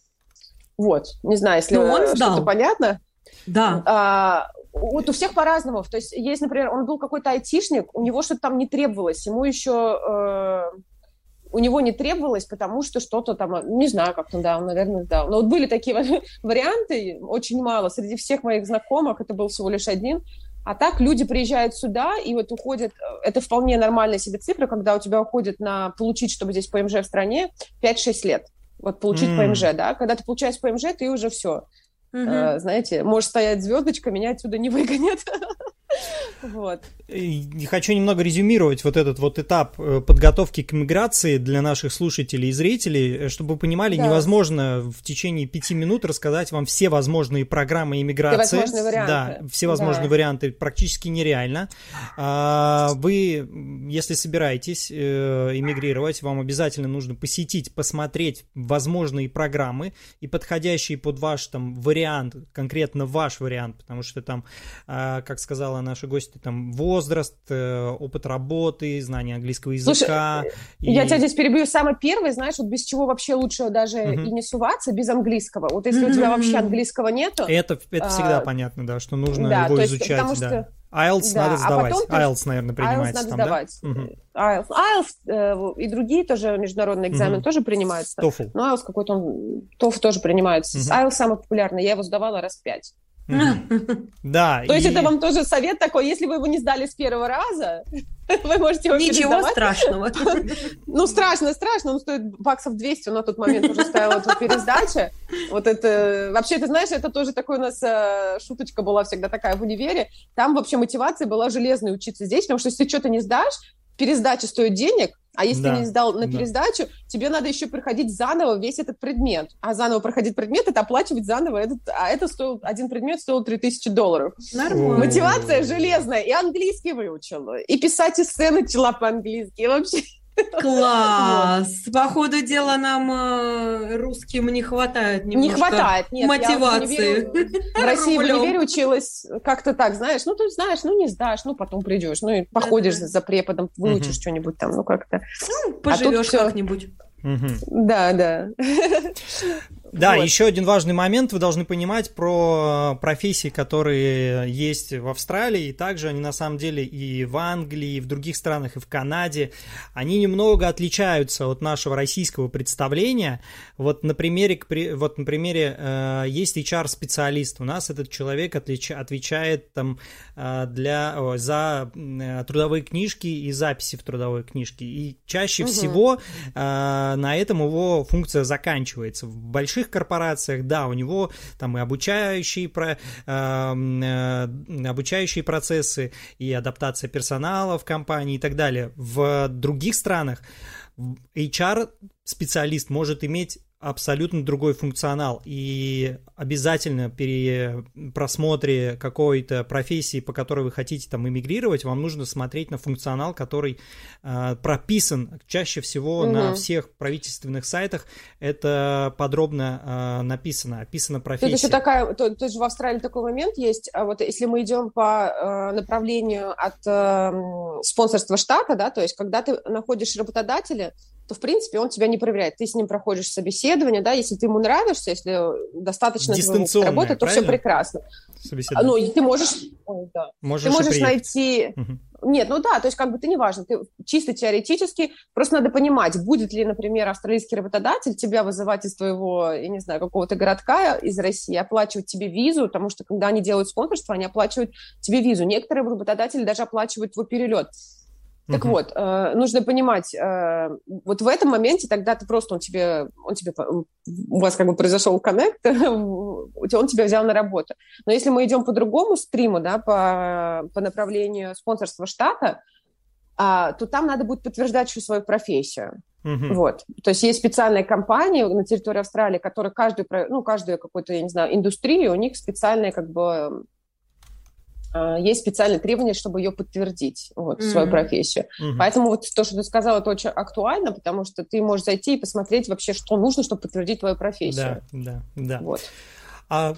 Вот, не знаю, если что-то понятно. Да. А, вот у всех по-разному. То есть есть, например, он был какой-то айтишник, у него что-то там не требовалось, ему еще... Э, у него не требовалось, потому что что-то там... Не знаю, как он дал, наверное, дал. Но вот были такие варианты, очень мало. Среди всех моих знакомых это был всего лишь один. А так люди приезжают сюда и вот уходят... Это вполне нормальная себе цифра, когда у тебя уходит на получить, чтобы здесь ПМЖ в стране, пять-шесть лет. Вот получить mm. ПМЖ, да? Когда ты получаешь ПМЖ, ты уже все. Mm-hmm. Э, знаете, можешь стоять звездочка, меня отсюда не выгонят. Вот. Хочу немного резюмировать вот этот вот этап подготовки к миграции для наших слушателей и зрителей, чтобы вы понимали, да. невозможно в течение пяти минут рассказать вам все возможные программы иммиграции. Все возможные варианты. Да, все возможные да. варианты практически нереально. Вы, если собираетесь эмигрировать, вам обязательно нужно посетить, посмотреть возможные программы и подходящие под ваш там вариант, конкретно ваш вариант, потому что там, как сказала наши гости, там возраст, опыт работы, знание английского языка. Слушай, и... я тебя здесь перебью. Самый первый, знаешь, вот без чего вообще лучше даже uh-huh. и не суваться, без английского. Вот если uh-huh. у тебя вообще английского нету... Это, это всегда а, понятно, да, что нужно да, его есть, изучать. Потому да. что... айлтс да, надо сдавать. А потом айлтс, наверное, принимается айлтс там, надо сдавать. Да? Uh-huh. айлтс, айлтс э, и другие тоже международные экзамены uh-huh. тоже принимаются. TOEFL. Ну, айлтс какой-то, он, TOEFL тоже принимается. Uh-huh. айлтс самый популярный, я его сдавала раз пять. Mm-hmm. Да. То и... есть это вам тоже совет такой, если вы его не сдали с первого раза, вы можете его Ничего пересдавать. страшного. Ну, страшно, страшно, он стоит баксов двести, на тот момент уже стояла эта пересдача. Вот это, вообще, ты знаешь, это тоже такой у нас э, шуточка была всегда такая в универе. Там вообще мотивация была железной учиться здесь, потому что если ты что-то не сдашь, пересдача стоит денег, а если да, ты не сдал на пересдачу, да. тебе надо еще проходить заново весь этот предмет. А заново проходить предмет – это оплачивать заново этот, а это стоил, один предмет стоил три тысячи долларов. Нормально. Мотивация железная. И английский выучила, и писать эссе начала по-английски, и вообще... Класс! Вот. По ходу дела нам э, русским не хватает немножко. Не хватает, нет. Мотивации. В, в России в универе училась как-то так, знаешь, ну ты знаешь, ну не сдашь, ну потом придешь, ну и походишь да-да. за преподом, выучишь угу. что-нибудь там, ну как-то. Ну, поживешь а как-нибудь. Угу. Да, да. Да, вот. Еще один важный момент, вы должны понимать про профессии, которые есть в Австралии, и также они на самом деле и в Англии, и в других странах, и в Канаде, они немного отличаются от нашего российского представления. Вот на примере, вот на примере э, есть эйч ар-специалист, у нас этот человек отлич, отвечает там, э, для, о, за э, трудовые книжки и записи в трудовой книжке, и чаще угу. всего э, на этом его функция заканчивается. В больших корпорациях, да, у него там и обучающие, про, э, э, обучающие процессы, и адаптация персонала в компании и так далее. В других странах эйч ар-специалист может иметь абсолютно другой функционал, и обязательно при просмотре какой-то профессии, по которой вы хотите там эмигрировать, вам нужно смотреть на функционал, который э, прописан чаще всего угу. на всех правительственных сайтах, это подробно э, написано, описана профессия. Тут еще такая, тут, тут же в Австралии такой момент есть, а вот если мы идем по э, направлению от э, спонсорства штата, да, то есть когда ты находишь работодателя, то, в принципе, он тебя не проверяет. Ты с ним проходишь собеседование, да, если ты ему нравишься, если достаточно работы, то все прекрасно. Ну, и ты можешь... Ой, да. Можешь ты можешь найти... Угу. Нет, ну да, то есть как бы ты не важно, ты чисто теоретически, просто надо понимать, будет ли, например, австралийский работодатель тебя вызывать из твоего, я не знаю, какого-то городка из России, оплачивать тебе визу, потому что когда они делают спонсорство, они оплачивают тебе визу. Некоторые работодатели даже оплачивают твой перелет. Так uh-huh. вот, э, нужно понимать, э, вот в этом моменте тогда ты просто, он тебе, он тебе, у вас как бы произошел коннект, он тебя взял на работу. Но если мы идем по другому стриму, да, по, по направлению спонсорства штата, а, то там надо будет подтверждать еще свою профессию. Uh-huh. Вот. То есть есть специальные компании на территории Австралии, которые каждую, ну, каждую какую-то, я не знаю, индустрию, у них специальные как бы... есть специальные требования, чтобы ее подтвердить, вот, mm-hmm. свою профессию. Mm-hmm. Поэтому вот то, что ты сказала, это очень актуально, потому что ты можешь зайти и посмотреть вообще, что нужно, чтобы подтвердить твою профессию. Да, да, да. Вот. А,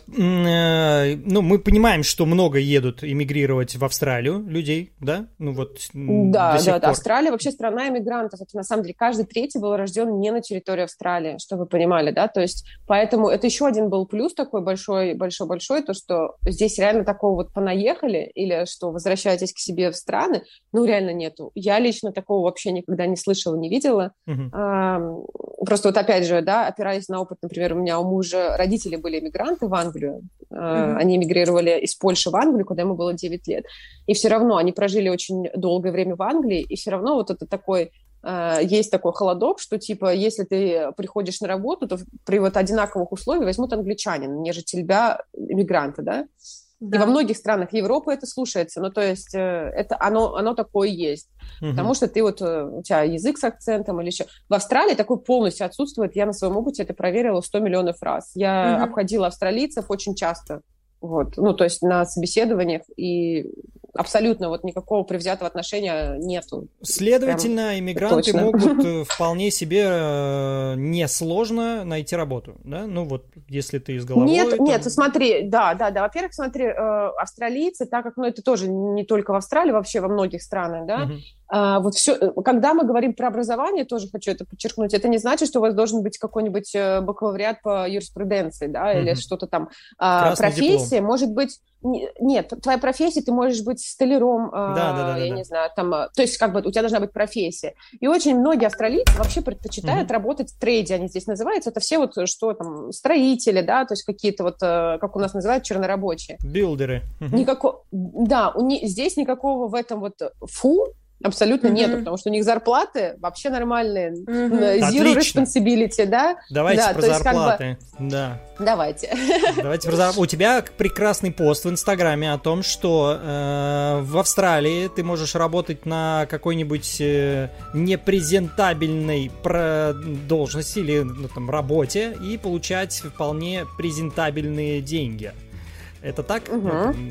э, ну, мы понимаем, что много едут эмигрировать в Австралию людей, да? Ну, вот, да, да, да. Австралия вообще страна эмигрантов. Это, на самом деле, каждый третий был рожден не на территории Австралии, чтобы вы понимали, да? То есть, поэтому это еще один был плюс такой большой, большой, большой, то, что здесь реально такого вот понаехали, или что возвращаетесь к себе в страны, ну, реально нету. Я лично такого вообще никогда не слышала, не видела. Uh-huh. А, просто вот опять же, да, опираясь на опыт, например, у меня у мужа родители были эмигранты в Англию. Mm-hmm. Они эмигрировали из Польши в Англию, когда ему было девять лет. И все равно они прожили очень долгое время в Англии, и все равно вот это такой, есть такой холодок, что типа, если ты приходишь на работу, то при вот одинаковых условиях возьмут англичанин, нежели тебя эмигранта, да? Да. И во многих странах Европы это слушается, ну, то есть это оно, оно такое есть, угу. потому что ты вот, у тебя язык с акцентом или еще. В Австралии такой полностью отсутствует, я на своем опыте это проверила сто миллионов раз. Я угу. обходила австралийцев очень часто, вот, ну, то есть на собеседованиях, и абсолютно вот никакого предвзятого отношения нету. Следовательно, прям иммигранты точно. Могут вполне себе э, несложно найти работу, да? Ну вот, если ты из головой... Нет, там... нет, смотри, да, да, да. Во-первых, смотри, э, австралийцы, так как, ну, это тоже не только в Австралии, вообще во многих странах, да, uh-huh. а, вот все, когда мы говорим про образование, тоже хочу это подчеркнуть, это не значит, что у вас должен быть какой-нибудь бакалавриат по юриспруденции, да, uh-huh. или что-то там. А, профессия диплом. Может быть... Нет, твоя профессия, ты можешь быть столяром, да, э, да, да, я да. не знаю, там, то есть как бы у тебя должна быть профессия. И очень многие австралийцы вообще предпочитают mm-hmm. работать в трейде, они здесь называются, это все вот, что там, строители, да, то есть какие-то вот, как у нас называют, чернорабочие. Билдеры. Mm-hmm. Никакого, да, у них, здесь никакого в этом вот фу, абсолютно mm-hmm. нету, потому что у них зарплаты вообще нормальные. Mm-hmm. Zero Отлично. Responsibility, да? Давайте да, про зарплаты. Как бы... Да. Давайте. Давайте про зарплаты. У тебя прекрасный пост в Инстаграме о том, что э, в Австралии ты можешь работать на какой-нибудь э, непрезентабельной про... должности или ну, там, работе и получать вполне презентабельные деньги. Это так? Угу.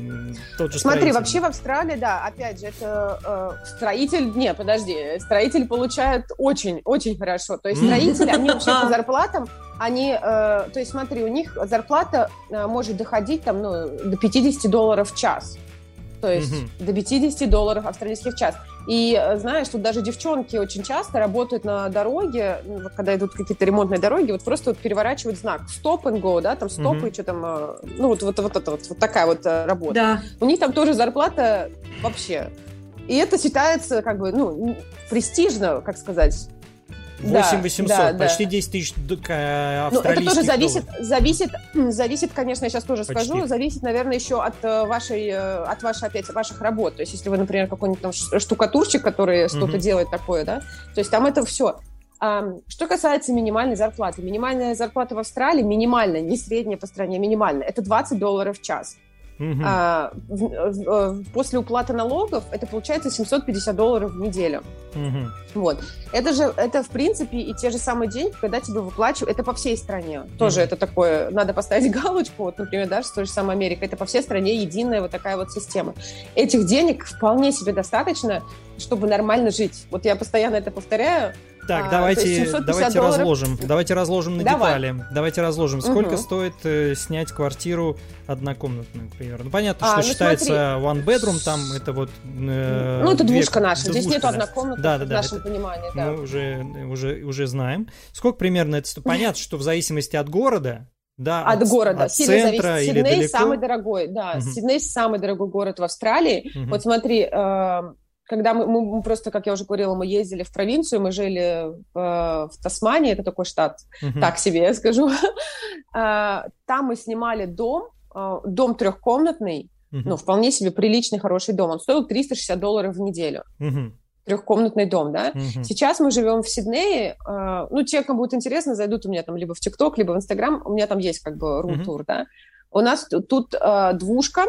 Тот же Смотри, вообще в Австралии, да, опять же, это э, строитель... Не, подожди, строитель получает очень-очень хорошо. То есть строители, они вообще по зарплатам, они... Э, то есть смотри, у них зарплата э, может доходить там, ну, до пятьдесят долларов в час. То есть mm-hmm. до пятьдесят долларов австралийских в час. И знаешь, тут даже девчонки очень часто работают на дороге, вот, когда идут какие-то ремонтные дороги, вот просто вот переворачивают знак stop and go, да, там стоп mm-hmm. и что там, ну вот, вот, вот это вот, вот такая вот работа. Да. У них там тоже зарплата вообще. И это считается как бы, ну, престижно, как сказать. восемь тысяч восемьсот, да, почти да. десять тысяч австралийских ну, это тоже зависит, зависит, зависит, конечно, я сейчас тоже почти. скажу, зависит, наверное, еще от вашей, от вашей, опять, ваших работ. То есть, если вы, например, какой-нибудь там штукатурщик, который что-то mm-hmm. делает такое, да, то есть там это все. А, что касается минимальной зарплаты. Минимальная зарплата в Австралии, минимальная, не средняя по стране, минимальная, это двадцать долларов в час. Угу. А, в, в, после уплаты налогов это получается семьсот пятьдесят долларов в неделю. Угу. Вот. Это же, это в принципе и те же самые деньги, когда тебе выплачивают, это по всей стране. Тоже угу. это такое, надо поставить галочку, вот, например, даже в той же самой Америке, это по всей стране единая вот такая вот система. Этих денег вполне себе достаточно, чтобы нормально жить. Вот я постоянно это повторяю. Так, а, давайте, давайте разложим. Давайте разложим на Давай. детали. Давайте разложим. Сколько угу. стоит э, снять квартиру однокомнатную, например? Ну, понятно, а, что ну, считается one bedroom, там это вот... Э, ну, это две, двушка наша. двушка, Здесь нету да. однокомнатной, да, да, в да, нашем это, понимании. Да. Мы уже, уже, уже знаем. Сколько примерно это стоит? Понятно, что в зависимости от города, да, от, от города. От Сильно центра зависит. или Сидней далеко. самый дорогой, да. Угу. Сидней самый дорогой город в Австралии. Угу. Вот смотри, э, когда мы, мы просто, как я уже говорила, мы ездили в провинцию, мы жили в, в Тасмании, это такой штат, угу. так себе я скажу. Там мы снимали дом, дом трехкомнатный, угу. ну, вполне себе приличный, хороший дом. Он стоил триста шестьдесят долларов в неделю. Угу. Трехкомнатный дом, да? Угу. Сейчас мы живем в Сиднее. Ну, те, кому будет интересно, зайдут у меня там либо в ТикТок, либо в Инстаграм. У меня там есть как бы рум-тур, угу. да? У нас тут двушка,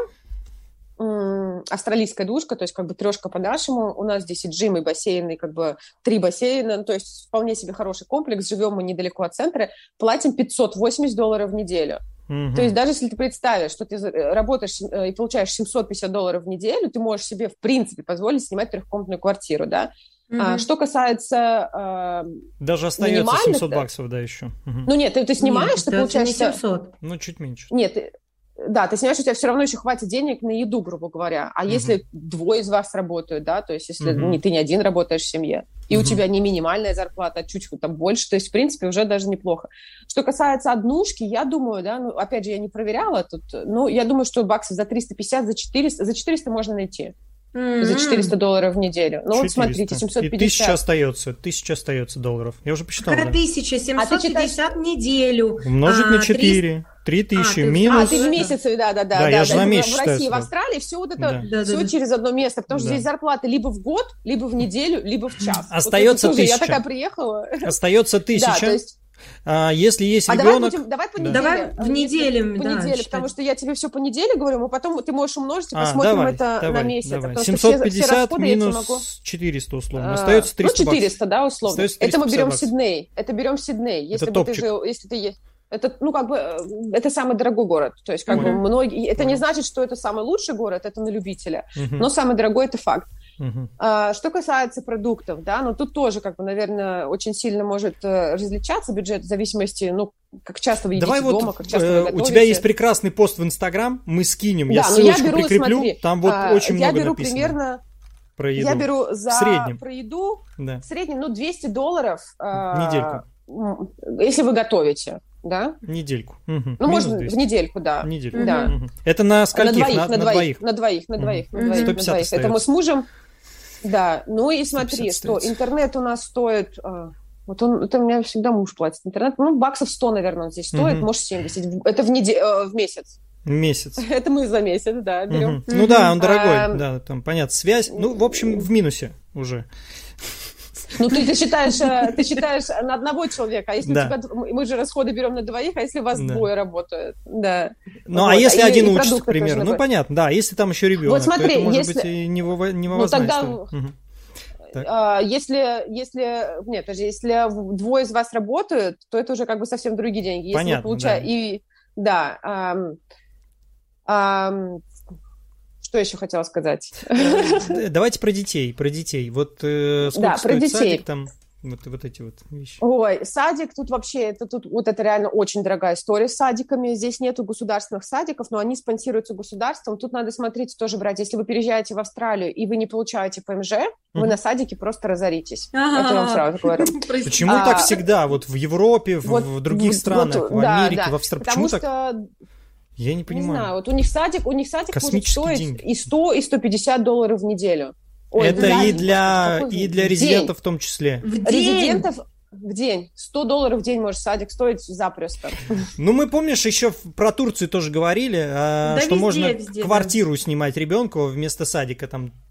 австралийская двушка, то есть как бы трешка по-нашему. У нас здесь и джим, и бассейн, и как бы три бассейна. То есть вполне себе хороший комплекс. Живем мы недалеко от центра. Платим пятьсот восемьдесят долларов в неделю. Uh-huh. То есть даже если ты представишь, что ты работаешь и получаешь семьсот пятьдесят долларов в неделю, ты можешь себе, в принципе, позволить снимать трехкомнатную квартиру, да? Uh-huh. А, что касается э, даже остается семьсот баксов, да, еще. Uh-huh. Ну нет, ты, ты снимаешь, нет, ты получаешь... не семьсот. Ну, чуть меньше. Нет, ты... Да, ты снимаешь, у тебя все равно еще хватит денег на еду, грубо говоря. А uh-huh. если двое из вас работают, да, то есть если uh-huh. не, ты не один работаешь в семье, и uh-huh. у тебя не минимальная зарплата, а чуть там больше, то есть, в принципе, уже даже неплохо. Что касается однушки, я думаю, да, ну, опять же, я не проверяла тут, ну, я думаю, что баксов за триста пятьдесят, за четыреста, за четыреста можно найти. Mm-hmm. За четыреста долларов в неделю. Ну, четыреста. Вот смотрите, семьсот пятьдесят. И тысяча остается, тысяча остается долларов. Я уже посчитал, Какая да. тысяча? семьсот пятьдесят в неделю. Умножить а, на четыре. три тысячи а, минус... А, ты в месяц, да, да, да. Да, да я да, же да. на месяц В считаю, России, да. в Австралии все вот это, да. все да, через одно место, потому что да. здесь зарплаты либо в год, либо в неделю, либо в час. Остается вот тысяча. Я такая приехала. Остается тысяча. Да, то есть... А, если есть а ребенок... давай, будем, давай по неделе. Давай в неделю. По да, неделе, считать. потому что я тебе все по неделе говорю, а потом ты можешь умножить и а, посмотрим давай, это давай, на месяц. Давай. Потому семьсот пятьдесят все, все расходы минус я могу... четыреста условно. А, Остается триста ну, четыреста, баксов. да, условно. Это мы берем Сидней. Это берем Сидней. Если это бы топчик. ты жил, если ты есть... Это, ну, как бы, это самый дорогой город. То есть, как Ой. бы, многие... Это Ой. не значит, что это самый лучший город, это на любителя. Угу. Но самый дорогой – это факт. Угу. А, что касается продуктов, да, ну, тут тоже, как бы, наверное, очень сильно может э, различаться бюджет в зависимости, ну, как часто вы едите Давай дома, вот, как часто э, вы готовите. У тебя есть прекрасный пост в Инстаграм, мы скинем, я да, ссылочку я беру, прикреплю, смотри, там вот а, очень я много беру написано. примерно... Про еду. Я беру за в среднем. про еду да. в среднем, ну, двести долларов. Э, Недельку. Если вы готовите, да? Недельку. Угу. Ну, можно в недельку, да. Недельку. Да. Угу. Это на скольких? На двоих, на, на, на двоих, двоих. на двоих, на двоих, угу. на двоих, на двоих. Остается. Это мы с мужем. Да. Ну и смотри, что остается. интернет у нас стоит. Вот он, это у меня всегда муж платит интернет. Ну, баксов сто, наверное, он здесь стоит, угу. может, семьдесят. Это в, неде... в месяц. Месяц. Это мы за месяц, да, берем. Угу. Ну да, он дорогой, а, да, там, понятно, связь. Ну, в общем, в минусе уже. Ну, ты, ты считаешь, ты считаешь на одного человека, а если да. у тебя, мы же расходы берем на двоих, а если у вас да. двое работают, да. Ну, вот. а если и, один и учится, к примеру, ну, понятно, да, если там еще ребенок, вот смотри, то это может если... быть и не во, не во ну, тогда... угу. а, если, если, нет, даже если двое из вас работают, то это уже как бы совсем другие деньги. Если понятно, вы получаете... да. И, да, ам, ам, что еще хотела сказать? Давайте про детей, про детей. Вот э, сколько да, стоит про детей. садик там? Вот, вот эти вот вещи. Ой, садик тут вообще, это тут вот это реально очень дорогая история с садиками. Здесь нету государственных садиков, но они спонсируются государством. Тут надо смотреть, тоже брать. Если вы переезжаете в Австралию и вы не получаете ПМЖ, mm-hmm. вы на садике просто разоритесь. А-а-а. Это я вам сразу говорю. Почему а, так всегда? Вот в Европе, вот, в других вот, странах, вот, в да, Америке, да. в Австралии. Потому Почему что... так? Я не понимаю. Не знаю, вот у них садик, у них садик может стоить деньги. и сто, и сто пятьдесят долларов в неделю. Ой, это да, и для, какой... и для резидентов в том числе. В день. Резидентов в день. сто долларов в день может садик стоить запросто. Ну, мы, помнишь, еще про Турцию тоже говорили, да, что везде, можно везде, квартиру да. снимать ребенку вместо садика, там,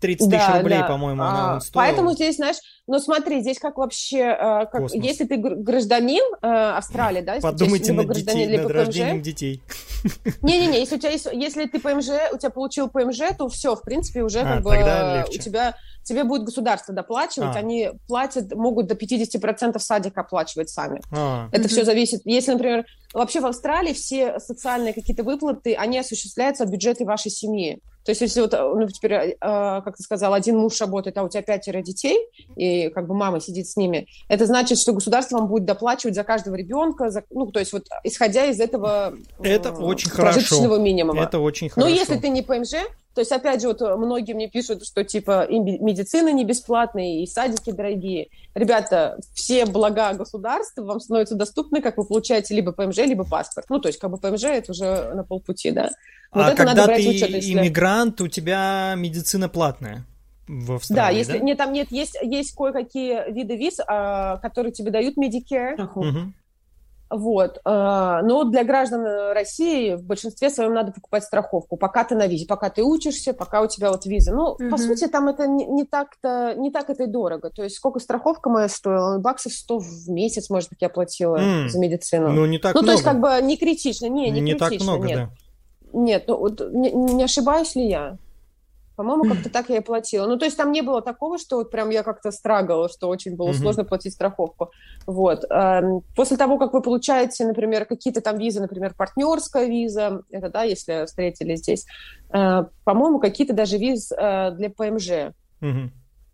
тридцать тысяч Да, рублей, да. по-моему, А, она стоила. Поэтому здесь, знаешь, ну смотри, здесь как вообще, э, как, Космос. если ты гр- гражданин э, Австралии, да, если у тебя Подумайте либо над, гражданин, детей, либо над ПМЖ. рождением детей. Не-не-не, если у тебя есть, если ты ПМЖ, у тебя получил ПМЖ, то все, в принципе, уже А, как бы тогда у легче. тебя, тебе будет государство доплачивать, А. они платят, могут до пятьдесят процентов садика оплачивать сами. А, Это Мгм. все зависит. Если, например, вообще в Австралии все социальные какие-то выплаты, они осуществляются от бюджета вашей семьи. То есть, если вот, ну, теперь, э, как ты сказал, один муж работает, а у тебя пятеро детей, и как бы мама сидит с ними, это значит, что государство вам будет доплачивать за каждого ребенка, за, ну, то есть, вот, исходя из этого Это э, очень прожиточного хорошо. минимума. это очень Но хорошо. если ты не ПМЖ, то есть, опять же, вот многие мне пишут, что, типа, и медицина не бесплатная, и садики дорогие. Ребята, все блага государства вам становятся доступны, как вы получаете либо ПМЖ, либо паспорт. Ну, то есть, как бы ПМЖ – это уже на полпути, да. Вот а это когда надо брать ты в учет, если... иммигрант, у тебя медицина платная в Да, Австралии, если да? нет, там нет, есть, есть кое-какие виды виз, а, которые тебе дают Medicare. Страховка. Мгм. Вот. а, Но для граждан России в большинстве своем надо покупать страховку, пока ты на визе, пока ты учишься, пока у тебя вот виза. Ну, Мгм. по сути, там это не, не так-то, не так это и дорого. То есть сколько страховка моя стоила? Баксов сто в месяц, может быть, я платила М. за медицину. Ну, не так ну, много. то есть как бы не критично. Не, не, не критично, так много, нет. да. Нет, ну вот не, не ошибаюсь ли я? По-моему, как-то так я и платила. Ну, то есть там не было такого, что вот прям я как-то страгала, что очень было Мгм. сложно платить страховку. Вот. Эм, После того, как вы получаете, например, какие-то там визы, например, партнерская виза, это, да, если встретили здесь, э, по-моему, какие-то даже визы э, для ПМЖ. Мгм.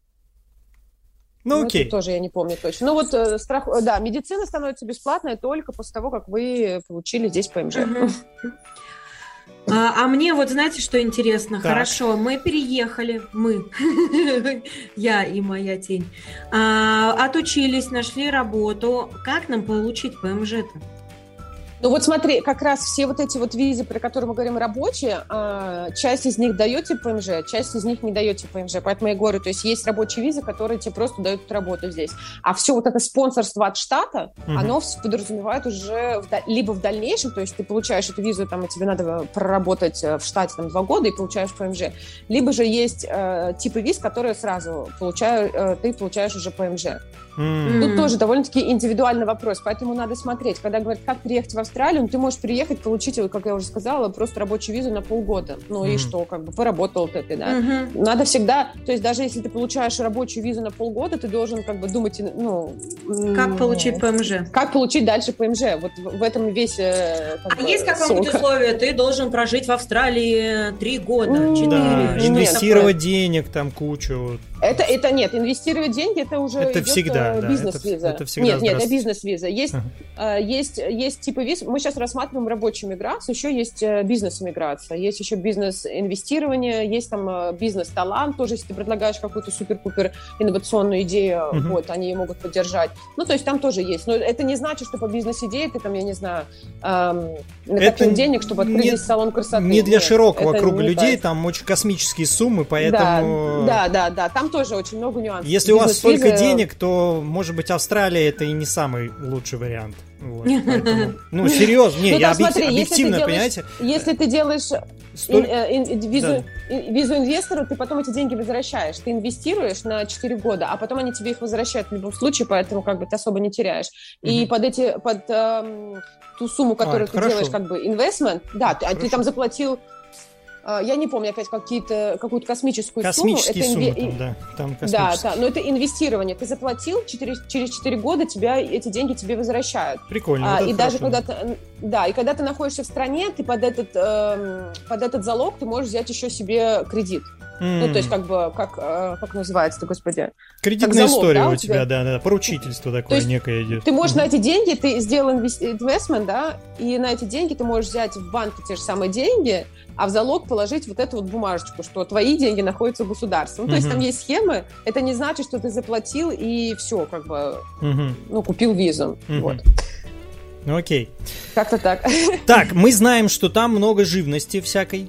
Ну, Ну, окей. это тоже я не помню точно. Ну, вот э, страх... э, да, медицина становится бесплатной только после того, как вы получили здесь ПМЖ. Мгм. А, а мне вот знаете, что интересно? Так. Хорошо, мы переехали, мы, я и моя тень, А, отучились, нашли работу. Как нам получить ПМЖ-то? Ну вот смотри, как раз все вот эти вот визы, про которые мы говорим, рабочие, а, часть из них даете ПМЖ, часть из них не даете ПМЖ. Поэтому я говорю, то есть есть рабочие визы, которые тебе просто дают работу здесь. А все вот это спонсорство от штата, Мгм. оно вс- подразумевает уже в да- либо в дальнейшем, то есть ты получаешь эту визу, там, и тебе надо проработать э, в штате там, два года и получаешь ПМЖ. Либо же есть э, типы виз, которые сразу получаю, э, ты получаешь уже ПМЖ. М. Тут М. тоже довольно-таки индивидуальный вопрос, поэтому надо смотреть. Когда говорят, как приехать в Австралию, ну, ты можешь приехать, получить, вот, как я уже сказала, просто рабочую визу на полгода. Ну и Мгм. что, как бы поработал вот это, да. Мгм. Надо всегда, то есть даже если ты получаешь рабочую визу на полгода, ты должен как бы думать, ну... Как м, получить ПМЖ? Как получить дальше ПМЖ? Вот в, в этом весь э, как А бы, есть какое-нибудь сок. условие? Ты должен прожить в Австралии три года, М, четыре. Да, Нет, инвестировать денег там кучу. Это, это нет, инвестировать деньги, это уже Это идет, всегда, э, да, бизнес-виза. это- это всегда Нет, нет, это здравствуйте. бизнес-виза. Есть, Ага. э, есть, есть типы виз. Мы сейчас рассматриваем рабочую миграцию, еще есть э, бизнес-миграция, есть еще бизнес-инвестирование, есть там э, бизнес-талант, тоже если ты предлагаешь какую-то супер-пупер инновационную идею, Мгм. вот, они ее могут поддержать. Ну, то есть там тоже есть. Но это не значит, что по бизнес-идее ты там, я не знаю, эм, накопил Это денег, чтобы открыть не- здесь салон красоты. Не для Нет, широкого это круга не людей, так. там очень космические суммы, поэтому... Да, да, да, да, там тоже очень много нюансов. Если у вас столько Бизнес-виза- денег, то, может быть, Австралия это и не самый лучший вариант. Вот, поэтому- ну, серьезно, не, Ну, я там смотри, объек- если ты объективно, делаешь- понимаете? Если ты делаешь Столь- ин- э, ин- визу, Да. ин- визу инвестору, ты потом эти деньги возвращаешь. Ты инвестируешь на четыре года, а потом они тебе их возвращают в любом случае, поэтому как бы ты особо не теряешь. И Мгм. под эти, под эм, ту сумму, которую это ты хорошо. делаешь, как бы инвестмент, да, ты, а ты Хорошо. там заплатил, э, я не помню опять какие-то, какую-то космическую Космические сумму. суммы инве- там, да. Там Да, космические. да, но это инвестирование. Ты заплатил, через, через четыре года тебя эти деньги тебе возвращают. Прикольно. А, вот и это даже хорошо. когда ты, да, и когда ты находишься в стране, ты под этот, эм, под этот залог ты можешь взять еще себе кредит. Ну, то есть, как бы, как, э, как называется-то, господи? Кредитная как залог, история да, у у тебя, тебя? да, да, поручительство такое есть некое идет. Ты можешь Мгм. на эти деньги, ты сделал инвестмент, да, и на эти деньги ты можешь взять в банке те же самые деньги, а в залог положить вот эту вот бумажечку, что твои деньги находятся у государства. Ну, то есть Мгм. там есть схемы, это не значит, что ты заплатил и все, как бы, Мгм. ну, купил визу. Мгм. Вот. Ну, окей. Как-то так. Так, мы знаем, что там много живности всякой.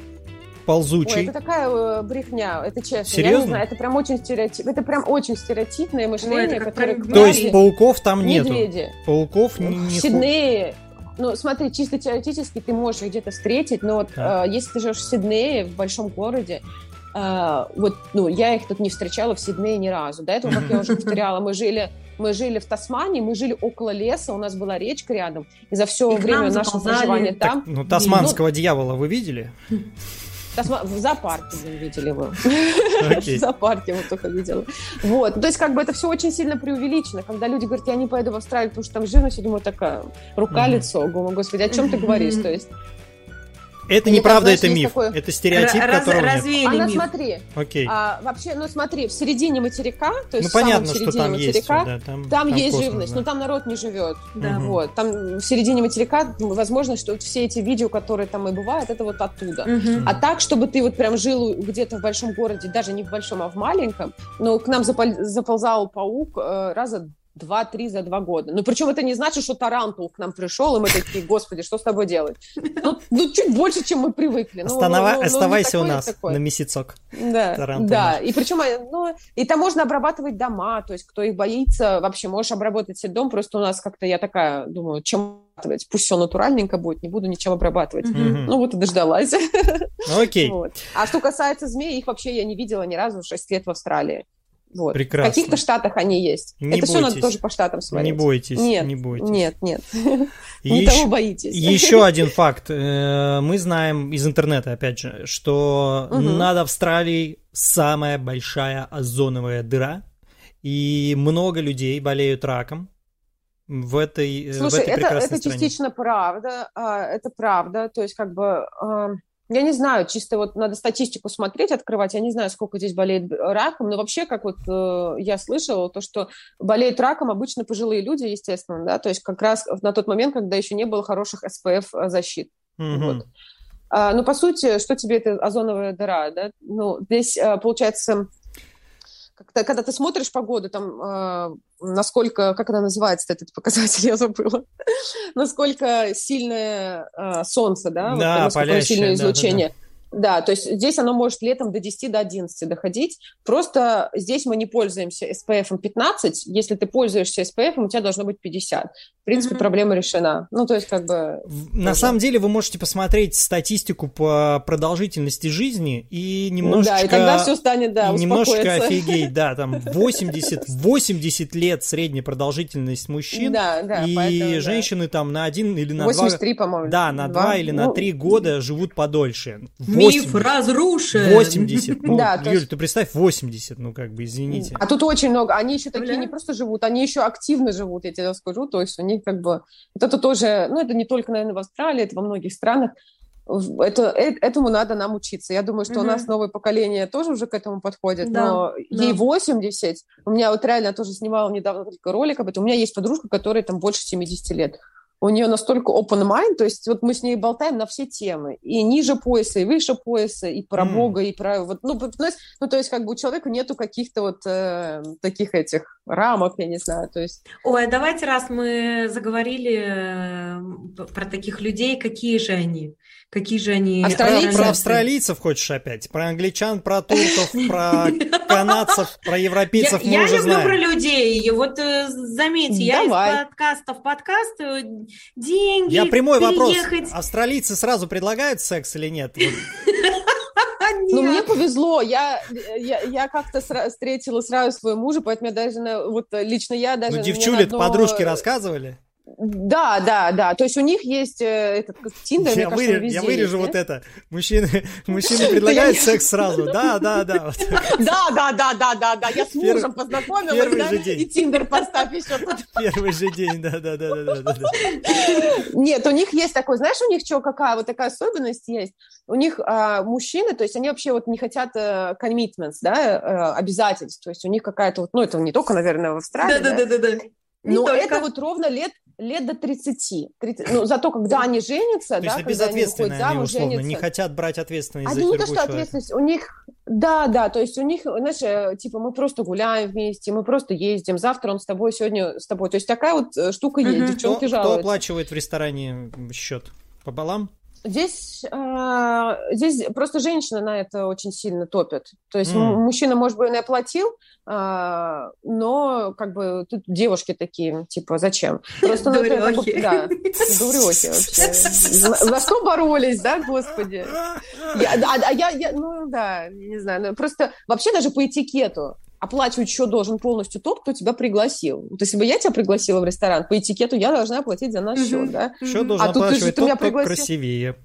Ой, Ползучей. это такая э, брехня, это честно. Я Серьезно? не знаю, это прям очень стереотип, это прям очень стереотипное мышление, это как которое прям к То есть власти- пауков там нету. медведи. Пауков не... В не ху- Сиднее, ну смотри, чисто теоретически ты можешь их где-то встретить, но вот Так. э, если ты живешь в Сиднее, в большом городе, Uh, вот, ну, я их тут не встречала в Сиднее ни разу. До этого, как я уже повторяла, мы жили, мы жили в Тасмании, мы жили около леса, у нас была речка рядом, и за все и время нашего проживания так, там... Ну, тасманского ну, дьявола вы видели? Тасма... В зоопарке мы видели его. Okay. В зоопарке его только видела. Вот, то есть как бы это все очень сильно преувеличено. Когда люди говорят, я не поеду в Австралию, потому что там живность, я думаю, такая рука-лицо, господи, о чем ты говоришь, то есть... Это Мне неправда, кажется, это миф. Такой... Это стереотип, Раз, которого развеяли нет. Она, миф. смотри, okay. а, вообще, ну смотри, в середине материка, то есть ну, в самом понятно, середине что там материка, есть, да, там, там, там есть космос, живность, да. но там народ не живет. Да. Угу. Вот, там в середине материка, возможно, что вот все эти видео, которые там и бывают, это вот оттуда. Угу. А так, чтобы ты вот прям жил где-то в большом городе, даже не в большом, а в маленьком, но к нам запол- заползал паук э, раза два-три за два года. Ну, причем это не значит, что тарантул к нам пришел, и мы такие, господи, что с тобой делать? Ну, ну чуть больше, чем мы привыкли. Ну, Останова... ну, ну, Оставайся ну, у нас такой. на месяцок. Да, тарантул да. наш. И причем, ну, и там можно обрабатывать дома, то есть кто их боится, вообще можешь обработать себе дом, просто у нас как-то, я такая, думаю, чем обрабатывать? Пусть все натуральненько будет, не буду ничем обрабатывать. Mm-hmm. Ну, вот и дождалась. Окей. Вот. А что касается змей, их вообще я не видела ни разу в шесть лет в Австралии. Вот. Прекрасно. В каких-то штатах они есть. Не Это бойтесь. все надо тоже по штатам смотреть. Не бойтесь, нет, не бойтесь. Нет, нет. Еще, не того боитесь. Еще один факт. Мы знаем из интернета, опять же, что угу. над Австралией самая большая озоновая дыра, и много людей болеют раком в этой, Слушай, в этой это, прекрасной это стране. частично правда. Это правда. То есть, как бы... Я не знаю, чисто вот надо статистику смотреть, открывать. Я не знаю, сколько здесь болеет раком, но вообще, как вот э, я слышала, то, что болеют раком обычно пожилые люди, естественно, да, то есть как раз на тот момент, когда еще не было хороших эс пэ эф-защит. Mm-hmm. Вот. А, ну, по сути, что тебе эта озоновая дыра, да? Ну, здесь, а, получается... Когда, когда ты смотришь погоду, там, э, насколько, как она называется, этот показатель, я забыла, насколько сильное э, солнце, да, да, вот, насколько палящее, сильное да, излучение. Да, да. Да, то есть здесь оно может летом до десяти, до одиннадцати доходить. Просто здесь мы не пользуемся эс пэ эф пятнадцать. Если ты пользуешься эс пэ эф, у тебя должно быть пятьдесят. В принципе, mm-hmm. проблема решена. Ну, то есть, как бы... На тоже. Самом деле, вы можете посмотреть статистику по продолжительности жизни и немножечко... Да, и тогда все станет, да, немножечко офигеть, да, там восемьдесят, восемьдесят лет средняя продолжительность мужчин, да, да, и поэтому, женщины да. там на один или на восемьдесят три, два... по-моему. Да, на два, два или на три ну... года живут подольше. Миф разрушен. восемьдесят. Ну, да, Юль, есть... ты представь, восемьдесят, ну, как бы, извините. А тут очень много. Они еще такие Бля. не просто живут, они еще активно живут, я тебе скажу. То есть у них как бы... Вот это тоже... Ну, это не только, наверное, в Австралии, это во многих странах. Это, этому надо нам учиться. Я думаю, что mm-hmm. у нас новое поколение тоже уже к этому подходит, да, но да. ей восемьдесят. У меня вот реально, я тоже снимала недавно только ролик об этом. У меня есть подружка, которая там больше семидесяти лет. У нее настолько open mind, то есть вот мы с ней болтаем на все темы, и ниже пояса, и выше пояса, и про mm. Бога, и про... Вот, ну, ну, то есть как бы у человека нету каких-то вот э, таких этих рамок, я не знаю, то есть... Ой, давайте, раз мы заговорили про таких людей, какие же они? Какие же они... Австралийцы? Про австралийцев хочешь опять? Про англичан, про турков, про канадцев, про европейцев мы уже знаем. Я люблю про людей. Вот заметьте, я из подкаста в подкаст, деньги, Я прямой вопрос. переехать. Австралийцы сразу предлагают секс или нет? Ну, мне повезло. Я, я, я как-то сра- встретила сразу своего мужа, поэтому я даже, вот лично я даже... Ну, девчули одно... подружки рассказывали? Да, да, да. То есть у них есть э, этот Тиндер, я, мне кажется, вырежу, везде я вырежу есть, вот это. Мужчины, мужчины предлагают секс сразу. Да, да, да. Да, да, да, да, да, да. Я с мужем познакомилась, первый же день. И Тиндер поставь еще тут. Первый же день, да, да, да, да, да. Нет, у них есть такой, знаешь, у них что, какая вот такая особенность есть? У них а, мужчины, то есть они вообще вот не хотят а, commitments, да, а, обязательств. То есть у них какая-то вот, ну это не только, наверное, в Австралии. Да, да, да, да, да. Но это вот ровно лет лет до тридцати. тридцать, ну, зато когда они женятся, то да, есть когда они выходят замуж, они условно женятся, не хотят брать ответственность они за не другого то, что человека. ответственность, у них, да, да, то есть у них, знаешь, типа мы просто гуляем вместе, мы просто ездим, завтра он с тобой, сегодня с тобой, то есть такая вот штука есть, mm-hmm. девчонки кто, жалуются. Кто оплачивает в ресторане счет? Пополам? Здесь, э, здесь просто женщины на это очень сильно топят. То есть mm. мужчина, может быть, и оплатил, э, но как бы тут девушки такие, типа, зачем? Просто дурехи. Да, дурехи вообще. За что боролись, да, господи? А я, ну да, не знаю. Просто вообще даже по этикету оплачивать счет должен полностью тот, кто тебя пригласил. Вот если бы я тебя пригласила в ресторан, по этикету я должна оплатить за наш счет, да? Счет должен а оплачивать тот, кто красивее.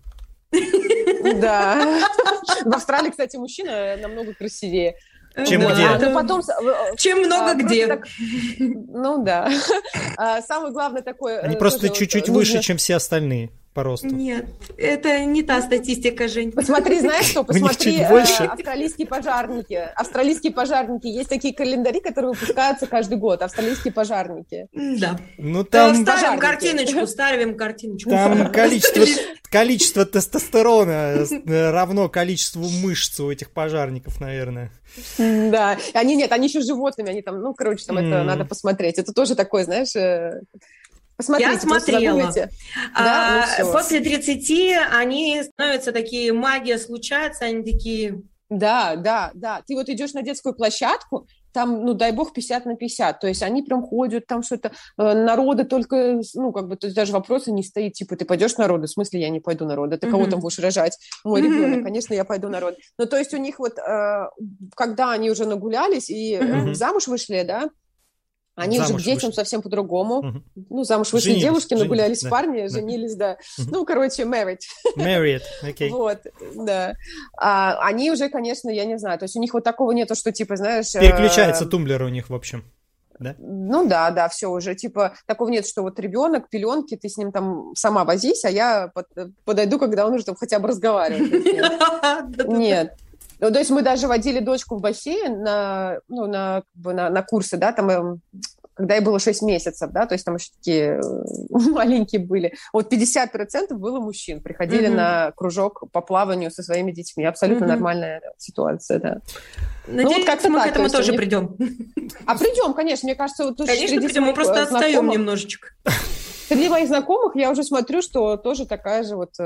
Да. В Австралии, кстати, мужчина намного красивее. Чем да. где? А, потом, Чем много а, где. Так, ну да. А, самое главное такое... Они просто чуть-чуть вот, выше, нужно... чем все остальные по росту. Нет, это не та статистика, Жень. Посмотри, знаешь что? Посмотри, австралийские пожарники. Австралийские пожарники. Есть такие календари, которые выпускаются каждый год. Австралийские пожарники. Да. Ну, там... Ставим картиночку, ставим картиночку. Там количество, количество тестостерона равно количеству мышц у этих пожарников, наверное. Да, они нет, они еще животными, они там, ну, короче, там mm. это надо посмотреть. Это тоже такое, знаешь... Посмотрите, я смотрела. А, да? Ну, после тридцати они становятся такие, магия случается, они такие... Да, да, да. Ты вот идешь на детскую площадку, там, ну, дай бог, пятьдесят на пятьдесят. То есть они прям ходят, там что-то, э, народы только, ну, как бы, то есть даже вопроса не стоит, типа, ты пойдешь на роды? В смысле, я не пойду на роды? Ты mm-hmm. кого там будешь рожать? Мой mm-hmm. ребенок, конечно, я пойду на роды. Ну, то есть у них вот, э, когда они уже нагулялись и mm-hmm. замуж вышли, да, они замуж уже к детям вышли. Совсем по-другому. Uh-huh. Ну, замуж вышли женились, девушки, женились, нагулялись да. парни, да. женились, да. Uh-huh. Ну, короче, married. Married, окей. Okay. Вот, да. А, они уже, конечно, я не знаю, то есть у них вот такого нету, что, типа, знаешь... Переключается тумблер у них, в общем, да? Ну, да, да, все уже, типа, такого нет, что вот ребенок, пеленки, ты с ним там сама возись, а я под, подойду, когда он уже там хотя бы разговаривает. Нет. Ну, то есть мы даже водили дочку в бассейн на, ну, на, как бы на, на курсы, да, там, когда ей было шесть месяцев, да, то есть там еще такие маленькие были. Вот пятьдесят процентов было мужчин, приходили mm-hmm. на кружок по плаванию со своими детьми. Абсолютно mm-hmm. нормальная ситуация, да. Надеюсь, ну, вот как-то мы так, к этому то тоже них... придем. А придем, конечно, мне кажется... Вот конечно, придем, мы просто знакомых... отстаем немножечко. Среди моих знакомых я уже смотрю, что тоже такая же вот...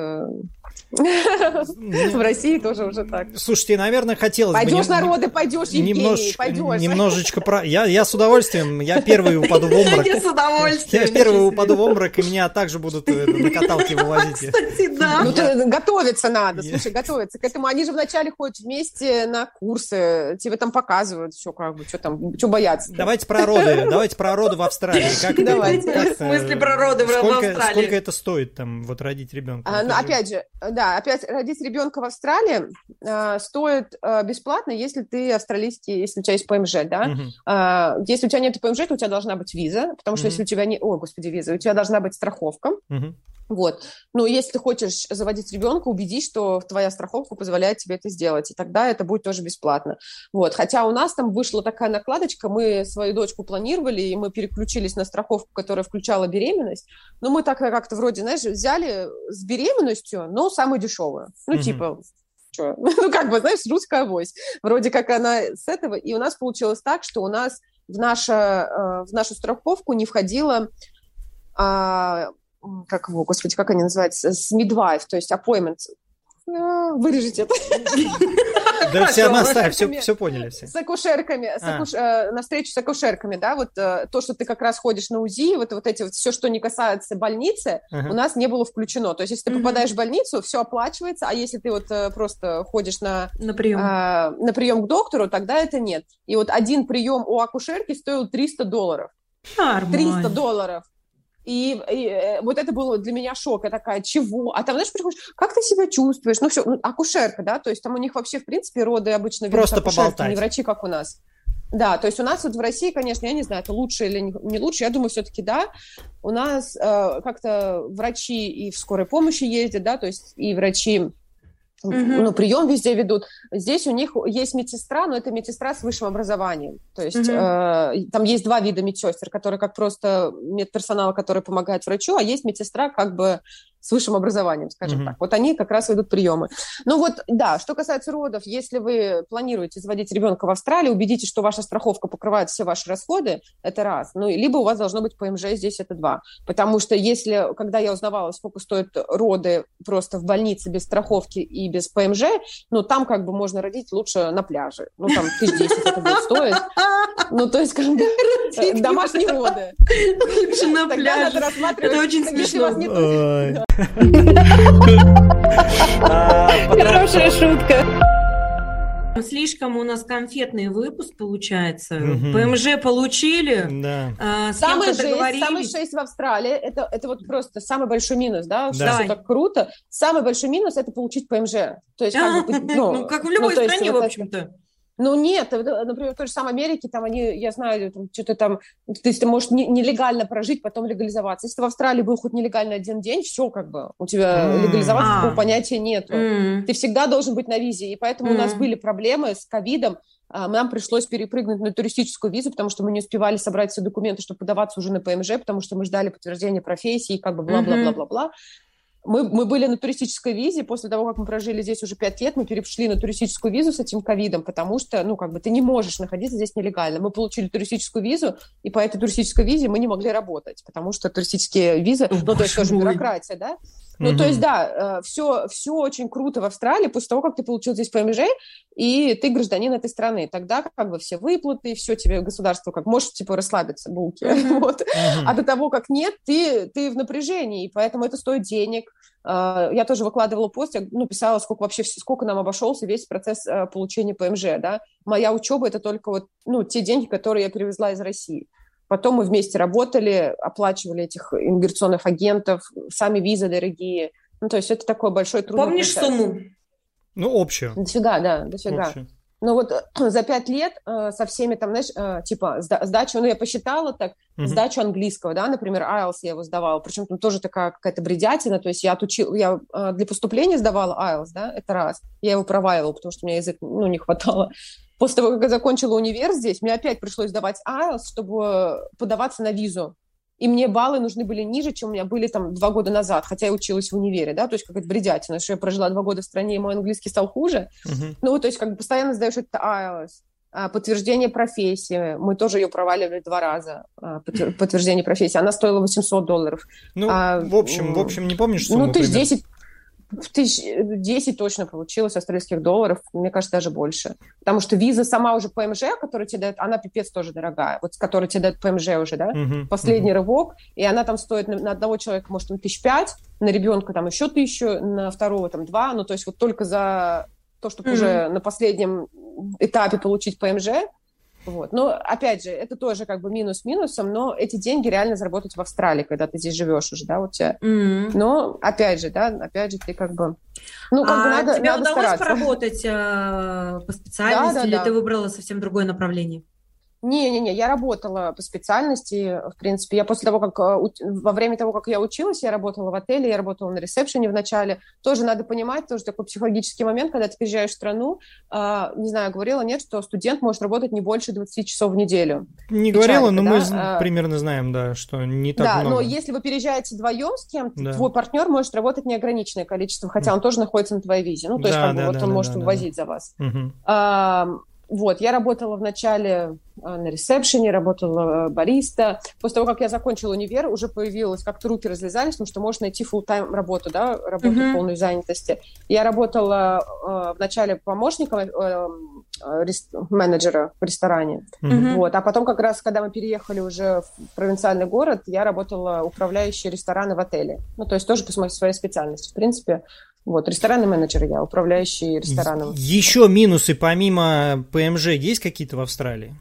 В России тоже уже так. Слушайте, наверное, хотелось бы... Пойдешь на роды, пойдешь, Евгений, пойдешь. Немножечко про... Я с удовольствием, я первый упаду в обморок. Я с удовольствием. Я первый упаду в обморок, и меня также будут на каталке вывозить. Кстати, да. Ну, готовиться надо, слушай, готовиться к этому. Они же вначале ходят вместе на курсы, тебе там показывают все, как бы, что там, что бояться. Давайте про роды, давайте про роды в Австралии. Давайте. В смысле про роды в Австралии? Сколько это стоит, там, вот родить ребенка? Ну, опять же, да, опять родить ребенка в Австралии э, стоит э, бесплатно, если ты австралийский, если у тебя есть ПМЖ, да. Uh-huh. Э, если у тебя нет ПМЖ, то у тебя должна быть виза, потому что uh-huh. если у тебя не, о, господи, виза, у тебя должна быть страховка. Uh-huh. Вот. Но если ты хочешь заводить ребенка, убедись, что твоя страховка позволяет тебе это сделать, и тогда это будет тоже бесплатно. Вот. Хотя у нас там вышла такая накладочка, мы свою дочку планировали, и мы переключились на страховку, которая включала беременность, но мы так как-то вроде, знаешь, взяли с беременностью, но самую дешевую. Ну, mm-hmm. типа... Что? Ну, как бы, знаешь, русская авось. Вроде как она с этого. И у нас получилось так, что у нас в, наше, в нашу страховку не входила... как его, господи, как они называются, с midwife, то есть appointment. Вырежите это. Да все, оставь, все, все поняли все. С акушерками, с акуш... а. на встречу с акушерками, да, вот то, что ты как раз ходишь на УЗИ, вот, вот эти вот, все, что не касается больницы, uh-huh. у нас не было включено. То есть если ты uh-huh. попадаешь в больницу, все оплачивается, а если ты вот просто ходишь на, на, прием. А, на прием к доктору, тогда это нет. И вот один прием у акушерки стоил триста долларов. Нормально. триста долларов. И, и вот это было для меня шок. Я такая, чего? А там, знаешь, приходишь, как ты себя чувствуешь? Ну, все, ну, акушерка, да, то есть там у них вообще, в принципе, роды обычно ведут просто акушерки, поболтать. Не врачи, как у нас. Да, то есть у нас вот в России, конечно, я не знаю, это лучше или не лучше, я думаю, все-таки да. У нас э, как-то врачи и в скорой помощи ездят, да, то есть и врачи... Mm-hmm. Ну, прием везде ведут. Здесь у них есть медсестра, но это медсестра с высшим образованием. То есть mm-hmm. э, там есть два вида медсестер, которые как просто медперсонал, который помогает врачу, а есть медсестра как бы с высшим образованием, скажем mm-hmm. так. Вот они как раз ведут приемы. Ну вот, да, что касается родов, если вы планируете заводить ребенка в Австралии, убедитесь, что ваша страховка покрывает все ваши расходы, это раз. Ну, либо у вас должно быть ПМЖ, здесь это два. Потому что если, когда я узнавала, сколько стоят роды просто в больнице без страховки и без ПМЖ, ну, там как бы можно родить лучше на пляже. Ну, там тысяч десять это будет стоить. Ну, то есть, как бы, домашние роды. Лучше на пляже. Это очень смешно. Хорошая шутка. Слишком у нас конфетный выпуск получается. Угу. ПМЖ получили. Да. А, самый, жесть, самый жесть в Австралии, это, это вот просто самый большой минус, да, да. что все так круто. Самый большой минус – это получить ПМЖ. То есть, как, бы, ну, ну, как в любой ну, стране, есть, в общем-то. Ну, нет, например, в той же самой Америке, там они, я знаю, там, что-то там, то есть ты можешь не, нелегально прожить, потом легализоваться. Если ты в Австралии был хоть нелегально один день, все, как бы, у тебя mm. легализоваться а. такого понятия нету. Mm. Ты всегда должен быть на визе, и поэтому mm. у нас были проблемы с ковидом. Нам пришлось перепрыгнуть на туристическую визу, потому что мы не успевали собрать все документы, чтобы подаваться уже на ПМЖ, потому что мы ждали подтверждения профессии, как бы бла-бла-бла-бла-бла. Мы, мы были на туристической визе, после того, как мы прожили здесь уже пять лет, мы перешли на туристическую визу с этим ковидом, потому что, ну, как бы ты не можешь находиться здесь нелегально. Мы получили туристическую визу, и по этой туристической визе мы не могли работать, потому что туристические визы, О, ну, то есть тоже мой. бюрократия, да? Ну, mm-hmm. то есть, да, все, все очень круто в Австралии после того, как ты получил здесь ПМЖ, и ты гражданин этой страны. Тогда как бы все выплаты, все тебе государство как можешь, типа, расслабиться, булки. Mm-hmm. Вот. Mm-hmm. А до того, как нет, ты, ты в напряжении, и поэтому это стоит денег. Я тоже выкладывала пост, я ну, писала, сколько вообще, сколько нам обошелся весь процесс получения ПМЖ, да. Моя учеба – это только вот, ну, те деньги, которые я привезла из России. Потом мы вместе работали, оплачивали этих иммиграционных агентов, сами визы дорогие. Ну, то есть это такой большой трудный Помнишь процесс. сумму? Ну, общую. Дофига, да, дофига. Общую. Ну, вот за пять лет э, со всеми там, знаешь, э, типа сда- сдачу, ну, я посчитала так, uh-huh. сдачу английского, да, например, айлтс я его сдавала, причем там тоже такая какая-то бредятина, то есть я отучила, я э, для поступления сдавала айлтс, да, это раз. Я его проваливала, потому что у меня язык, ну, не хватало. После того, как я закончила универ здесь, мне опять пришлось сдавать айлтс, чтобы подаваться на визу. И мне баллы нужны были ниже, чем у меня были там два года назад, хотя я училась в универе, да, то есть какая-то бредятина, что я прожила два года в стране, и мой английский стал хуже. Uh-huh. Ну, то есть как бы постоянно сдаешь это айлтс. Подтверждение профессии, мы тоже ее проваливали два раза, подтверждение профессии, она стоила восемьсот долларов. Ну, а, в общем, в общем, не помнишь сумму? Ну, тысяч десять. Тысяч десять точно получилось австралийских долларов, мне кажется, даже больше. Потому что виза сама уже ПМЖ, которую тебе дают, она пипец тоже дорогая. Вот с которой тебе дают ПМЖ уже, да? Uh-huh, Последний uh-huh. рывок. И она там стоит на, на одного человека, может, там тысяч пять, на ребенка там еще тысячу, на второго там два. Ну, то есть вот только за то, чтобы uh-huh. уже на последнем этапе получить ПМЖ. Вот. Но, опять же, это тоже как бы минус минусом, но эти деньги реально заработать в Австралии, когда ты здесь живешь уже, да, вот тебя. Mm-hmm. Но, опять же, да, опять же, ты как бы... Ну, как а бы надо, тебе надо удалось стараться. поработать э, по специальности, да, да, или да. ты выбрала совсем другое направление? Не-не-не, я работала по специальности, в принципе, я после того, как, во время того, как я училась, я работала в отеле, я работала на ресепшене вначале, тоже надо понимать, тоже такой психологический момент, когда ты приезжаешь в страну, э, не знаю, говорила, нет, что студент может работать не больше двадцать часов в неделю. Не Печально, говорила, но да? мы а, примерно знаем, да, что не так да, много. Да, но если вы переезжаете вдвоем с кем-то, да. твой партнер может работать неограниченное количество, хотя mm. он тоже находится на твоей визе, ну, то есть, да, как да, бы, вот да, он да, может да, вывозить да. за вас. Mm-hmm. А, Вот, я работала вначале на ресепшене, работала бариста. После того, как я закончила универ, уже появилось, как-то руки разлезались, потому что можно найти full-time работу, да, работу uh-huh. полной занятости. Я работала э, вначале помощником э, э, рес, менеджера в ресторане. Uh-huh. Вот, а потом как раз, когда мы переехали уже в провинциальный город, я работала управляющей ресторана в отеле. Ну, то есть тоже по своей специальности, в принципе. Вот, ресторанный менеджер я, управляющий рестораном. Еще минусы помимо ПМЖ есть какие-то в Австралии?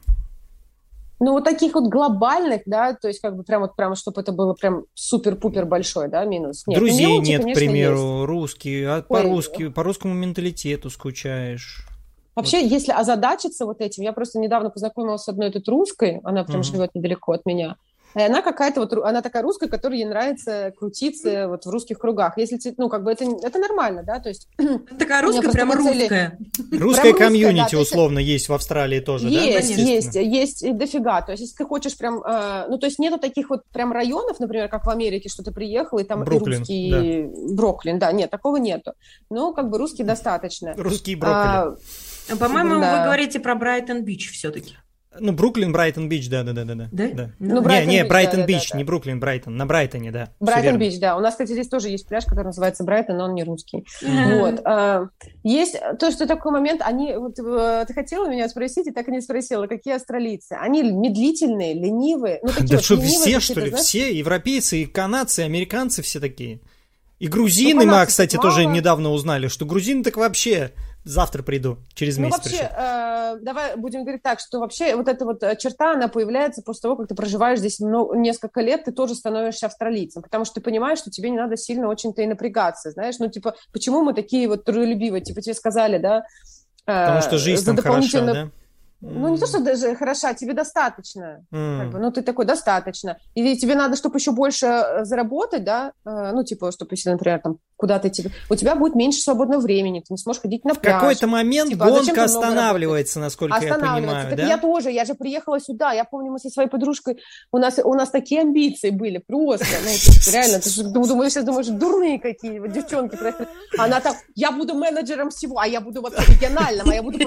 Ну, вот таких вот глобальных, да, то есть как бы прям вот прям, чтобы это было прям супер-пупер большой, да, минус. Нет, друзей мелочи, нет, конечно, к примеру, есть. Русские, а по-русски, по русскому менталитету скучаешь. Вообще, вот. Если озадачиться вот этим, я просто недавно познакомилась с одной тут русской, она прям uh-huh. живет недалеко от меня. И она какая-то вот, она такая русская, которой ей нравится крутиться вот в русских кругах. Если, ну, как бы это, это нормально, да, то есть... Такая русская, прямо русская. Русская комьюнити, условно, есть в Австралии тоже, да? Есть, есть, есть, и дофига. То есть если ты хочешь прям... Ну, то есть нету таких вот прям районов, например, как в Америке, что ты приехал, и там Бруклин, и русские... Да. Бруклин, да, нет, такого нету. Ну, как бы русские достаточно. Русские Бруклин. А, по-моему, да. Вы говорите про Брайтон-Бич все-таки. Ну, Бруклин, Брайтон-Бич, да-да-да. Да? да. Ну, не, не, Брайтон-Бич, да, да, не Бруклин, Брайтон, на Брайтоне, да. Брайтон-Бич, да. У нас, кстати, здесь тоже есть пляж, который называется Брайтон, но он не русский. Mm-hmm. Вот. А, есть то, что такой момент, они, вот, ты хотела меня спросить, и так и не спросила, какие австралийцы? Они медлительные, ленивые. Ну, такие да вот что, ленивые, все, что ли? знаешь? Все, европейцы, и канадцы, и американцы все такие. И грузины, ну, мы, кстати, мало. тоже недавно узнали, что грузины так вообще... Завтра приду, через месяц. Ну, вообще, э, давай будем говорить так, что вообще вот эта вот черта, она появляется после того, как ты проживаешь здесь много, несколько лет, ты тоже становишься австралийцем, потому что ты понимаешь, что тебе не надо сильно очень-то и напрягаться, знаешь, ну, типа, почему мы такие вот трудолюбивые, типа, тебе сказали, да? Э, потому что жизнь там дополнительно... хороша, да? Ну, не то, что даже хороша, тебе достаточно. Mm. Как бы, ну, ты такой, достаточно. И тебе надо, чтобы еще больше заработать, да, ну, типа, чтобы, если, например, там, куда-то тебе... У тебя будет меньше свободного времени, ты не сможешь ходить на пляж. В какой-то момент типа, гонка а останавливается, насколько я понимаю, так да? Я тоже, я же приехала сюда, я помню, мы со своей подружкой, у нас, у нас такие амбиции были, просто, ну, реально, ты же, думаю, сейчас думаешь, дурные какие, вот девчонки, она там, я буду менеджером всего, а я буду вообще региональным, а я буду...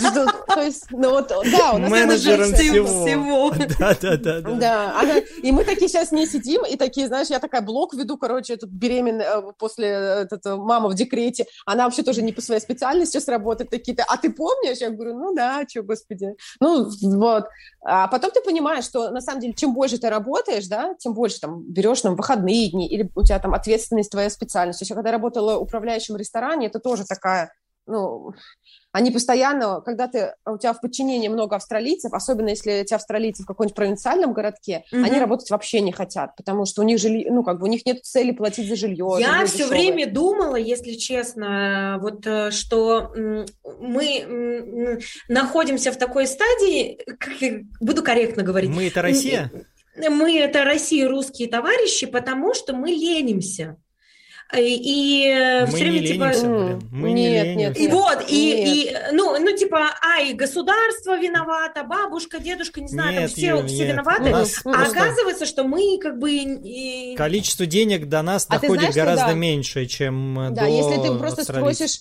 То есть, ну, вот, да, у нас менеджером всего. всего. Да, да, да. Да, да она, и мы такие сейчас не сидим, и такие, знаешь, я такая блог веду, короче, тут беременная после этого, мама в декрете, она вообще тоже не по своей специальности сейчас работает, такие-то, а ты помнишь? Я говорю, ну да, что, господи. Ну, вот. А потом ты понимаешь, что, на самом деле, чем больше ты работаешь, да, тем больше там берешь там выходные дни, или у тебя там ответственность твоя специальность. То есть я когда работала управляющим в ресторане, это тоже такая, ну... Они постоянно, когда ты, у тебя в подчинении много австралийцев, особенно если эти австралийцы в каком-нибудь провинциальном городке, mm-hmm. они работать вообще не хотят, потому что у них жилье, ну, как бы у них нет цели платить за жилье. Я жилье все дешевое. время думала, если честно, вот что мы находимся в такой стадии, как, буду корректно говорить. Мы это Россия? Мы это Россия, русские товарищи, потому что мы ленимся. И мы все время не типа ленимся, блин. Мы нет, не нет, ленимся. и вот нет. и, и ну ну типа ай государство виновато, бабушка, дедушка, не знаю, нет, там все Юль, все нет. виноваты, а просто... оказывается, что мы как бы и... количество денег до нас а доходит знаешь, гораздо да. меньше, чем да, до если ты просто австралийцев. спросишь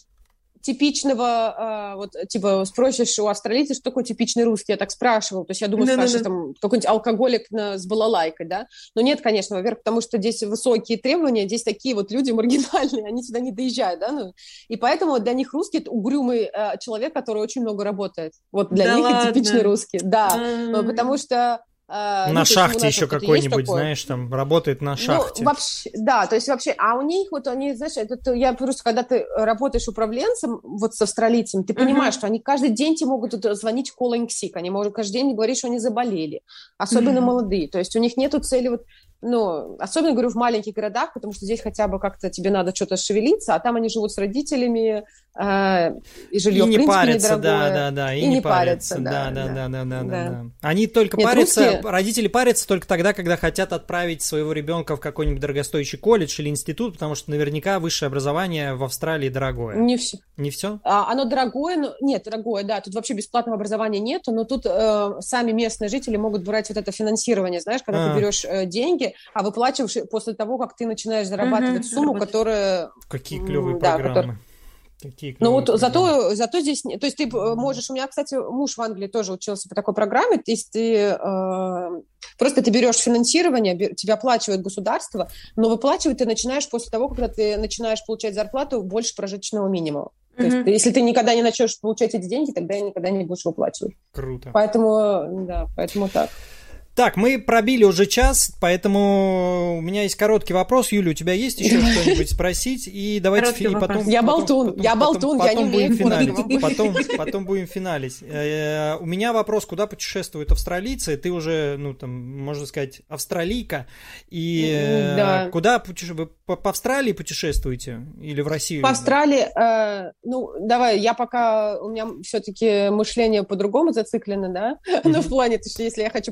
типичного, вот, типа, спросишь у австралийцев, что такое типичный русский, я так спрашивала, то есть я думаю, no, скажешь, no, no. там, какой-нибудь алкоголик на, с балалайкой, да, но нет, конечно, во-первых, потому что здесь высокие требования, здесь такие вот люди маргинальные, они сюда не доезжают, да, ну, и поэтому для них русский — это угрюмый э, человек, который очень много работает, вот, для да них ладно. Это типичный русский, да, mm. потому что на ну, шахте еще какой-нибудь, знаешь, там, работает на шахте. Ну, вообще, да, то есть вообще, а у них вот они, знаешь, это, я просто, когда ты работаешь управленцем, вот с австралийцем, ты понимаешь, uh-huh. что они каждый день тебе могут звонить calling sick, они могут каждый день говорить, что они заболели, особенно uh-huh. молодые, то есть у них нету цели вот, ну, особенно, говорю, в маленьких городах, потому что здесь хотя бы как-то тебе надо что-то шевелиться, а там они живут с родителями, э, и жилье, и в не принципе, парятся, недорогое. да, да, да, и, и не, не парятся, парятся, да, да, да, да, да, да, да. Они только Нет, парятся, русские... родители парятся только тогда, когда хотят отправить своего ребенка в какой-нибудь дорогостоящий колледж или институт, потому что наверняка высшее образование в Австралии дорогое. Не все. Не все? А, оно дорогое, но... нет, дорогое, да, тут вообще бесплатного образования нету, но тут э, сами местные жители могут брать вот это финансирование, знаешь, когда а. ты берешь э, деньги, а выплачиваешь после того, как ты начинаешь зарабатывать uh-huh, сумму, которая... Какие клевые да, программы. Которая... Какие ну вот программы. зато, зато здесь... То есть ты можешь... У меня, кстати, муж в Англии тоже учился по такой программе, то есть ты... Э, просто ты берешь финансирование, тебя оплачивает государство, но выплачивать ты начинаешь после того, когда ты начинаешь получать зарплату больше прожиточного минимума. То есть, mm-hmm. если ты никогда не начнешь получать эти деньги, тогда никогда не будешь выплачивать. Круто. Поэтому, да, поэтому так. Так, мы пробили уже час, поэтому у меня есть короткий вопрос. Юля, у тебя есть еще что-нибудь спросить? И давайте фи- потом... Я болтун, потом, я болтун, потом, я не умею финалить. Потом, потом будем финалить. Э, у меня вопрос, куда путешествуют австралийцы? Ты уже, ну, там, можно сказать, австралийка. И э, да. куда путешествуете? Вы по, по Австралии путешествуете? Или в Россию? По Австралии, э, ну, давай, я пока... У меня все-таки мышление по-другому зациклено, да? Mm-hmm. Но в плане, что если я хочу путешествовать,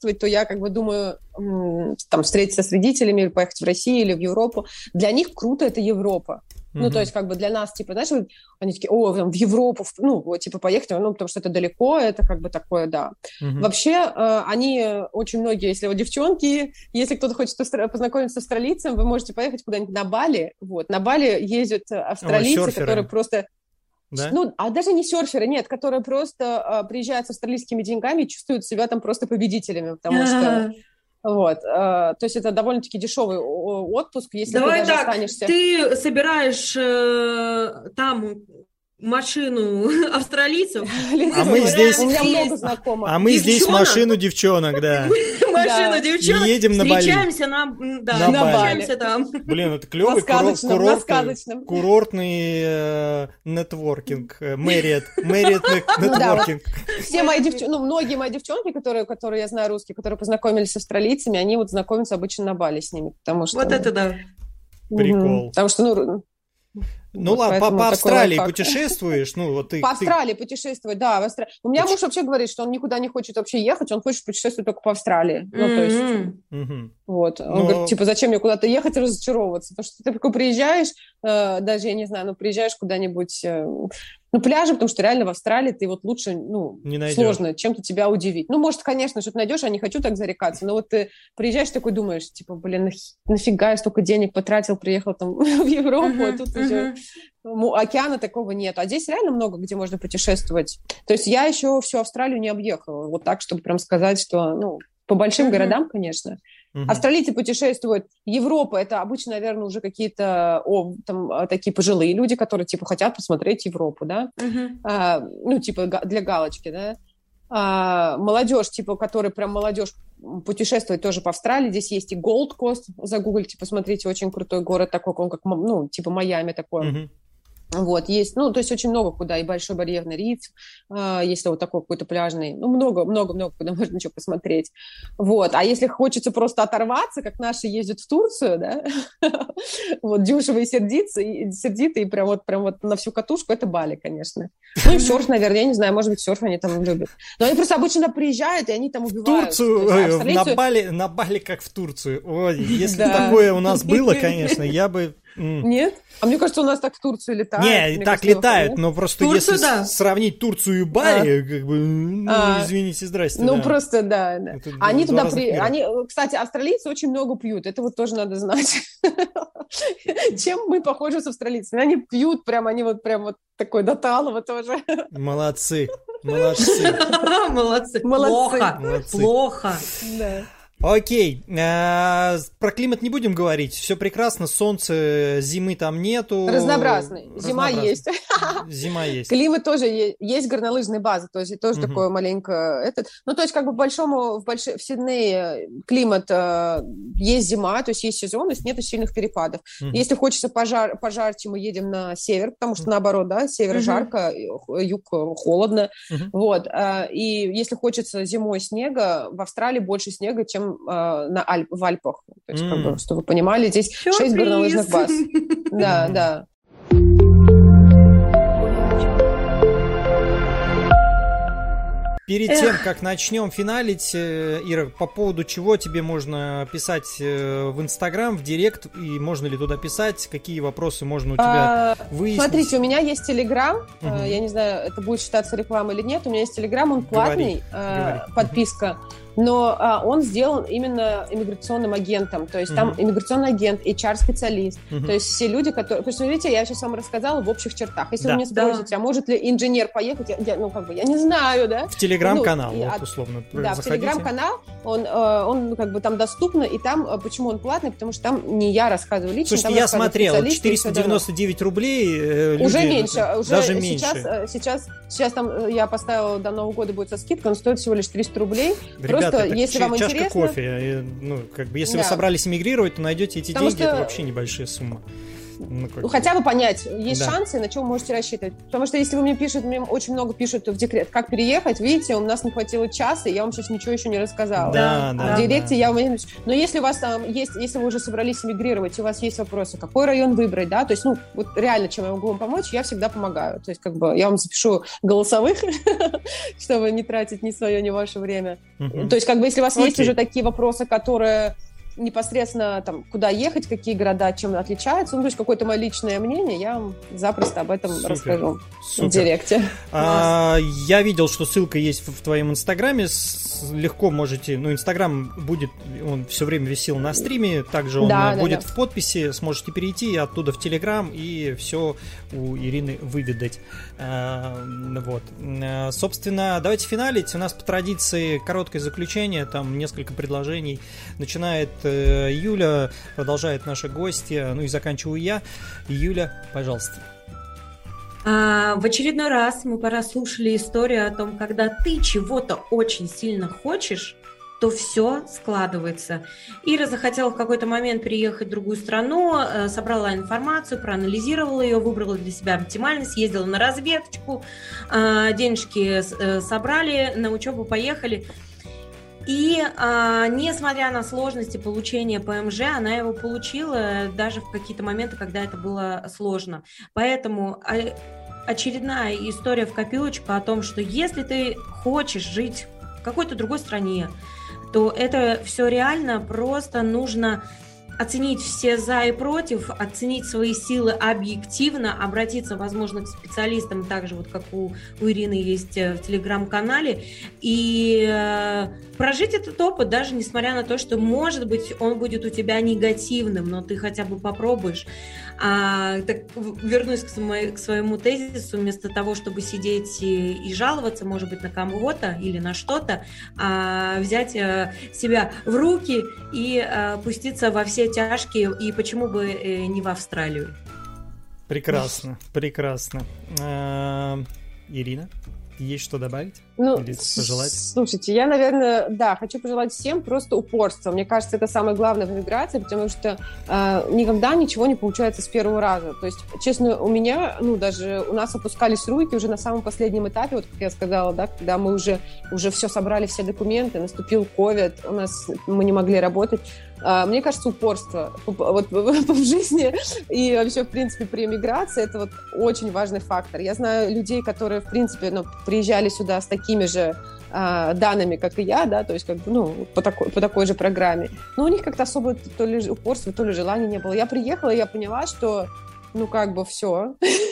путешествовать, то я как бы думаю, там, встретиться с родителями, или поехать в Россию или в Европу. Для них круто это Европа. Mm-hmm. Ну, то есть, как бы для нас, типа, знаешь, они такие, о, там, в Европу, ну, вот, типа, поехать, ну, потому что это далеко, это как бы такое, да. Mm-hmm. Вообще, э, они очень многие, если вот девчонки, если кто-то хочет познакомиться с австралийцем, вы можете поехать куда-нибудь на Бали, вот, на Бали ездят австралийцы, oh, которые просто... Да? Ну, а даже не серферы, нет, которые просто а, приезжают с австралийскими деньгами и чувствуют себя там просто победителями, потому что... Вот, э, то есть это довольно-таки дешевый отпуск, если Давай ты даже так, останешься... ты собираешь э, там машину австралийцев, а мы здесь... У меня много знакомых. А мы здесь машину девчонок, да. Машину девчонок. Едем на Бали. Встречаемся на Встречаемся там. Блин, это клевый курортный нетворкинг. Мэриет. Мэриет нетворкинг. Все мои девчонки, ну, многие мои девчонки, которые, которые я знаю русские, которые познакомились с австралийцами, они вот знакомятся обычно на Бали с ними, потому что... Вот это да. Прикол. Потому что, ну... Ну вот, ладно, по, по Австралии путешествуешь, ну вот ты... По ты... Австралии путешествовать, да. В Австра... У меня Почему? муж вообще говорит, что он никуда не хочет вообще ехать, он хочет путешествовать только по Австралии. Mm-hmm. Ну, то есть... Mm-hmm. Вот. Он Но... говорит, типа, зачем мне куда-то ехать и разочаровываться? Потому что ты такой приезжаешь, э, даже, я не знаю, ну, приезжаешь куда-нибудь... Э, ну, пляжи, потому что реально в Австралии ты вот лучше, ну, сложно чем-то тебя удивить. Ну, может, конечно, что-то найдешь, я не хочу так зарекаться, но вот ты приезжаешь такой, думаешь, типа, блин, нафига я столько денег потратил, приехал там в Европу, uh-huh, а тут uh-huh. уже океана такого нет. А здесь реально много, где можно путешествовать. То есть я еще всю Австралию не объехала, вот так, чтобы прям сказать, что, ну, по большим uh-huh. городам, конечно. Uh-huh. Австралийцы путешествуют. Европа — это обычно, наверное, уже какие-то о, там, такие пожилые люди, которые, типа, хотят посмотреть Европу, да? Uh-huh. А, ну, типа, для галочки, да? А, молодежь, типа, которая прям молодежь путешествует тоже по Австралии. Здесь есть и Gold Coast, загуглите, посмотрите, очень крутой город такой, он как, ну, типа Майами такой. Uh-huh. Вот, есть, ну, то есть очень много куда, и Большой барьерный риф, э, если вот такой какой-то пляжный, ну, много-много-много куда можно что посмотреть, вот, а если хочется просто оторваться, как наши ездят в Турцию, да, вот, дешево и сердито, и прям вот, прям вот на всю катушку, это Бали, конечно. Ну, и серф, наверное, я не знаю, может быть, серф они там любят. Но они просто обычно приезжают, и они там убивают. В Турцию, на Бали, на Бали как в Турцию. Ой, если такое у нас было, конечно, я бы... Нет? А мне кажется, у нас так в Турцию летают. Не, так кажется, летают, нет? Но просто Турцию, если да. сравнить Турцию и Бали, а. как бы, ну, а. извините, здрасте. Ну, да. просто, да. да. Они туда при... Они, кстати, австралийцы очень много пьют, это вот тоже надо знать. Чем мы похожи с австралийцами? Они пьют прям, они вот прям вот такой до талого тоже. Молодцы, молодцы. Молодцы. Плохо, плохо. Да. Окей, а, про климат не будем говорить, все прекрасно, солнце, зимы там нету. Разнообразный, зима есть. Зима есть. Климат тоже есть, есть горнолыжные базы, то есть тоже угу. такое маленько, этот, ну то есть как бы в большому, в, больш... в Сиднее климат э, есть зима, то есть есть сезон, то есть нету сильных перепадов. Угу. Если хочется пожар, пожарче, мы едем на север, потому что наоборот, да, север угу. жарко, юг холодно, угу. вот, э, и если хочется зимой снега, в Австралии больше снега, чем на Альп, в Альпах. То есть, mm. как бы, чтобы вы понимали, здесь Сюрприз. шесть горнолыжных баз. Да, да. Перед Эх. тем, как начнем финалить, Ира, по поводу чего тебе можно писать в Инстаграм, в Директ, и можно ли туда писать, какие вопросы можно у тебя а, выяснить? Смотрите, у меня есть Телеграм, угу. я не знаю, это будет считаться рекламой или нет, у меня есть Телеграм, он платный, говори, говори. подписка. Но а, он сделан именно иммиграционным агентом, то есть mm-hmm. там иммиграционный агент, эйч ар-специалист, mm-hmm. то есть все люди, которые... То есть, видите, я сейчас вам рассказала в общих чертах. Если да. вы меня спросите, да. а может ли инженер поехать, я, я, ну, как бы, я не знаю, да? В Телеграм-канал, ну, вот, условно, да, заходите. В Телеграм-канал, он, он как бы там доступно, и там, почему он платный, потому что там не я рассказываю лично. Слушайте, я смотрел, четыреста девяносто девять рублей люди, уже меньше, уже даже сейчас, меньше. Сейчас, сейчас там я поставила, до Нового года будет со скидкой, он стоит всего лишь триста рублей. Ребята, просто, если вам чашка интересно... кофе, ну, как бы, если да. вы собрались эмигрировать, то найдете эти Потому деньги, что... это вообще небольшая сумма. ну, ну, хотя бы понять, есть да. шансы, на чем вы можете рассчитывать. Потому что если вы мне пишете, мне очень много пишут в декрет, как переехать, видите, у нас не хватило часа, и я вам сейчас ничего еще не рассказала. Да, да, в директе да. я вам... Но если у вас там есть, если вы уже собрались эмигрировать, и у вас есть вопросы, какой район выбрать, да, то есть, ну, вот реально, чем я могу вам помочь, я всегда помогаю. То есть, как бы, я вам запишу голосовых, чтобы не тратить ни свое, ни ваше время. То есть, как бы, если у вас есть уже такие вопросы, которые... непосредственно там, куда ехать, какие города, чем отличаются, ну, то есть какое-то мое личное мнение, я вам запросто об этом Супер. расскажу Супер. в директе. А, я видел, что ссылка есть в, в твоем инстаграме, с, легко можете, ну, инстаграм будет, он все время висел на стриме, также он да, будет да, да. в подписи, сможете перейти оттуда в телеграм и все у Ирины выведать. А, вот. А, собственно, давайте финалить, у нас по традиции короткое заключение, там несколько предложений, начинает Юля, продолжает наша гостья, ну и заканчиваю я. Юля, пожалуйста. А, в очередной раз мы прослушали историю о том, когда ты чего-то очень сильно хочешь, то все складывается. Ира захотела в какой-то момент переехать в другую страну, собрала информацию, проанализировала ее, выбрала для себя оптимально, съездила на разведочку, денежки собрали, на учебу поехали. И а, несмотря на сложности получения ПМЖ, она его получила даже в какие-то моменты, когда это было сложно. Поэтому а, очередная история в копилочку о том, что если ты хочешь жить в какой-то другой стране, то это все реально, просто нужно оценить все за и против, оценить свои силы объективно, обратиться, возможно, к специалистам, так же, вот как у, у Ирины есть в телеграм-канале, и э, прожить этот опыт, даже несмотря на то, что, может быть, он будет у тебя негативным, но ты хотя бы попробуешь. А, так, вернусь к, самой, к своему тезису, вместо того, чтобы сидеть и, и жаловаться, может быть, на кого-то или на что-то, а, взять а, себя в руки и а, пуститься во все тяжкие, и почему бы э, не в Австралию. Прекрасно, прекрасно. А, Ирина, есть что добавить? Ну, или пожелать? Слушайте, я, наверное, да, хочу пожелать всем просто упорства. Мне кажется, это самое главное в эмиграции, потому что э, никогда ничего не получается с первого раза. То есть, честно, у меня, ну, даже у нас опускались руки уже на самом последнем этапе, вот как я сказала, да, когда мы уже, уже все собрали, все документы, наступил ковид, у нас, мы не могли работать. Uh, мне кажется, упорство вот, в жизни и вообще, в принципе, при эмиграции это вот очень важный фактор. Я знаю людей, которые, в принципе, ну, приезжали сюда с такими же uh, данными, как и я, да, то есть как бы, ну, по такой, по такой же программе. Но у них как-то особо то ли упорства, то ли желания не было. Я приехала, и я поняла, что ну, как бы, все.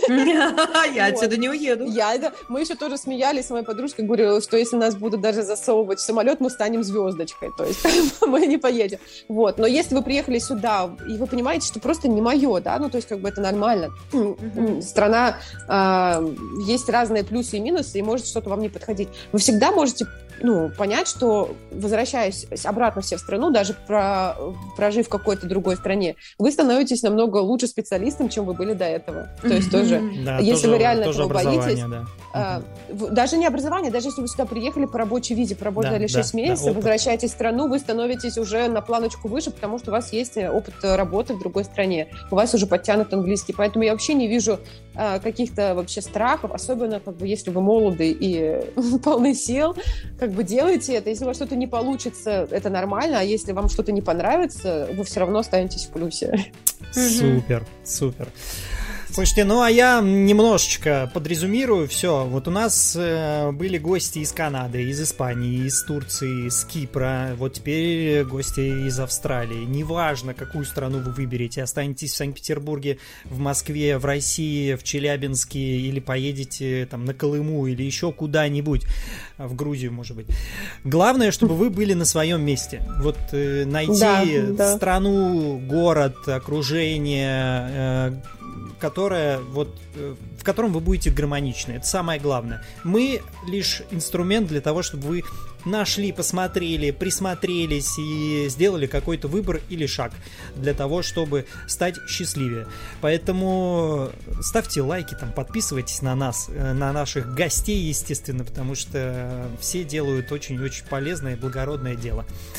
Я отсюда не уеду. Я, да. Мы еще тоже смеялись с моей подружкой, говорила, что если нас будут даже засовывать в самолет, мы станем звездочкой, то есть мы не поедем. Вот. Но если вы приехали сюда, и вы понимаете, что просто не мое, да, ну, то есть как бы это нормально. Страна, есть разные плюсы и минусы, и может что-то вам не подходить. Вы всегда можете ну, понять, что, возвращаясь обратно все в страну, даже про, прожив в какой-то другой стране, вы становитесь намного лучше специалистом, чем вы были до этого. То есть тоже, да, если тоже, вы реально тоже этого боитесь, да. а, даже не образование, даже если вы сюда приехали по рабочей визе, поработали да, шесть да, месяцев, да, возвращаетесь в страну, вы становитесь уже на планочку выше, потому что у вас есть опыт работы в другой стране, у вас уже подтянут английский, поэтому я вообще не вижу а, каких-то вообще страхов, особенно как бы если вы молоды и полны сил, как бы делайте это. Если у вас что-то не получится, это нормально, а если вам что-то не понравится, вы все равно останетесь в плюсе. Супер, супер. Слушайте, ну а я немножечко подрезюмирую все. Вот у нас э, были гости из Канады, из Испании, из Турции, из Кипра. Вот теперь гости из Австралии. Неважно, какую страну вы выберете, останетесь в Санкт-Петербурге, в Москве, в России, в Челябинске или поедете там на Колыму или еще куда-нибудь, в Грузию, может быть. Главное, чтобы вы были на своем месте. Вот э, найти да, да. страну, город, окружение, э, которое, вот, в котором вы будете гармоничны. Это самое главное. Мы лишь инструмент для того, чтобы вы нашли, посмотрели, присмотрелись и сделали какой-то выбор или шаг для того, чтобы стать счастливее. Поэтому ставьте лайки, там, подписывайтесь на нас, на наших гостей, естественно, потому что все делают очень-очень полезное и благородное дело.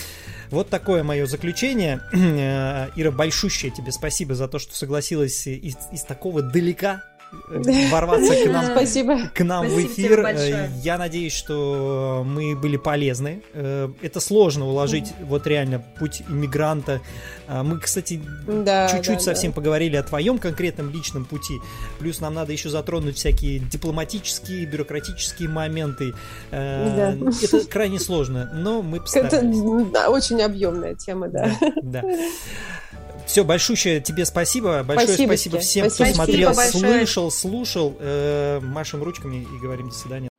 Вот такое мое заключение. Ира, большущее тебе спасибо за то, что согласилась из, из такого далека ворваться к нам, Спасибо. к нам в эфир. Я надеюсь, что мы были полезны. Это сложно уложить, вот реально, путь иммигранта. Мы, кстати, да, чуть-чуть да, совсем да. поговорили о твоем конкретном личном пути. Плюс нам надо еще затронуть всякие дипломатические, бюрократические моменты. Да. Это крайне сложно, но мы постарались. Это да, очень объемная тема, да. Да. да. Все, большущее тебе спасибо. Большое спасибо, спасибо всем, спасибо. кто смотрел, спасибо слышал, слушал. Э, машем ручками и говорим до свидания.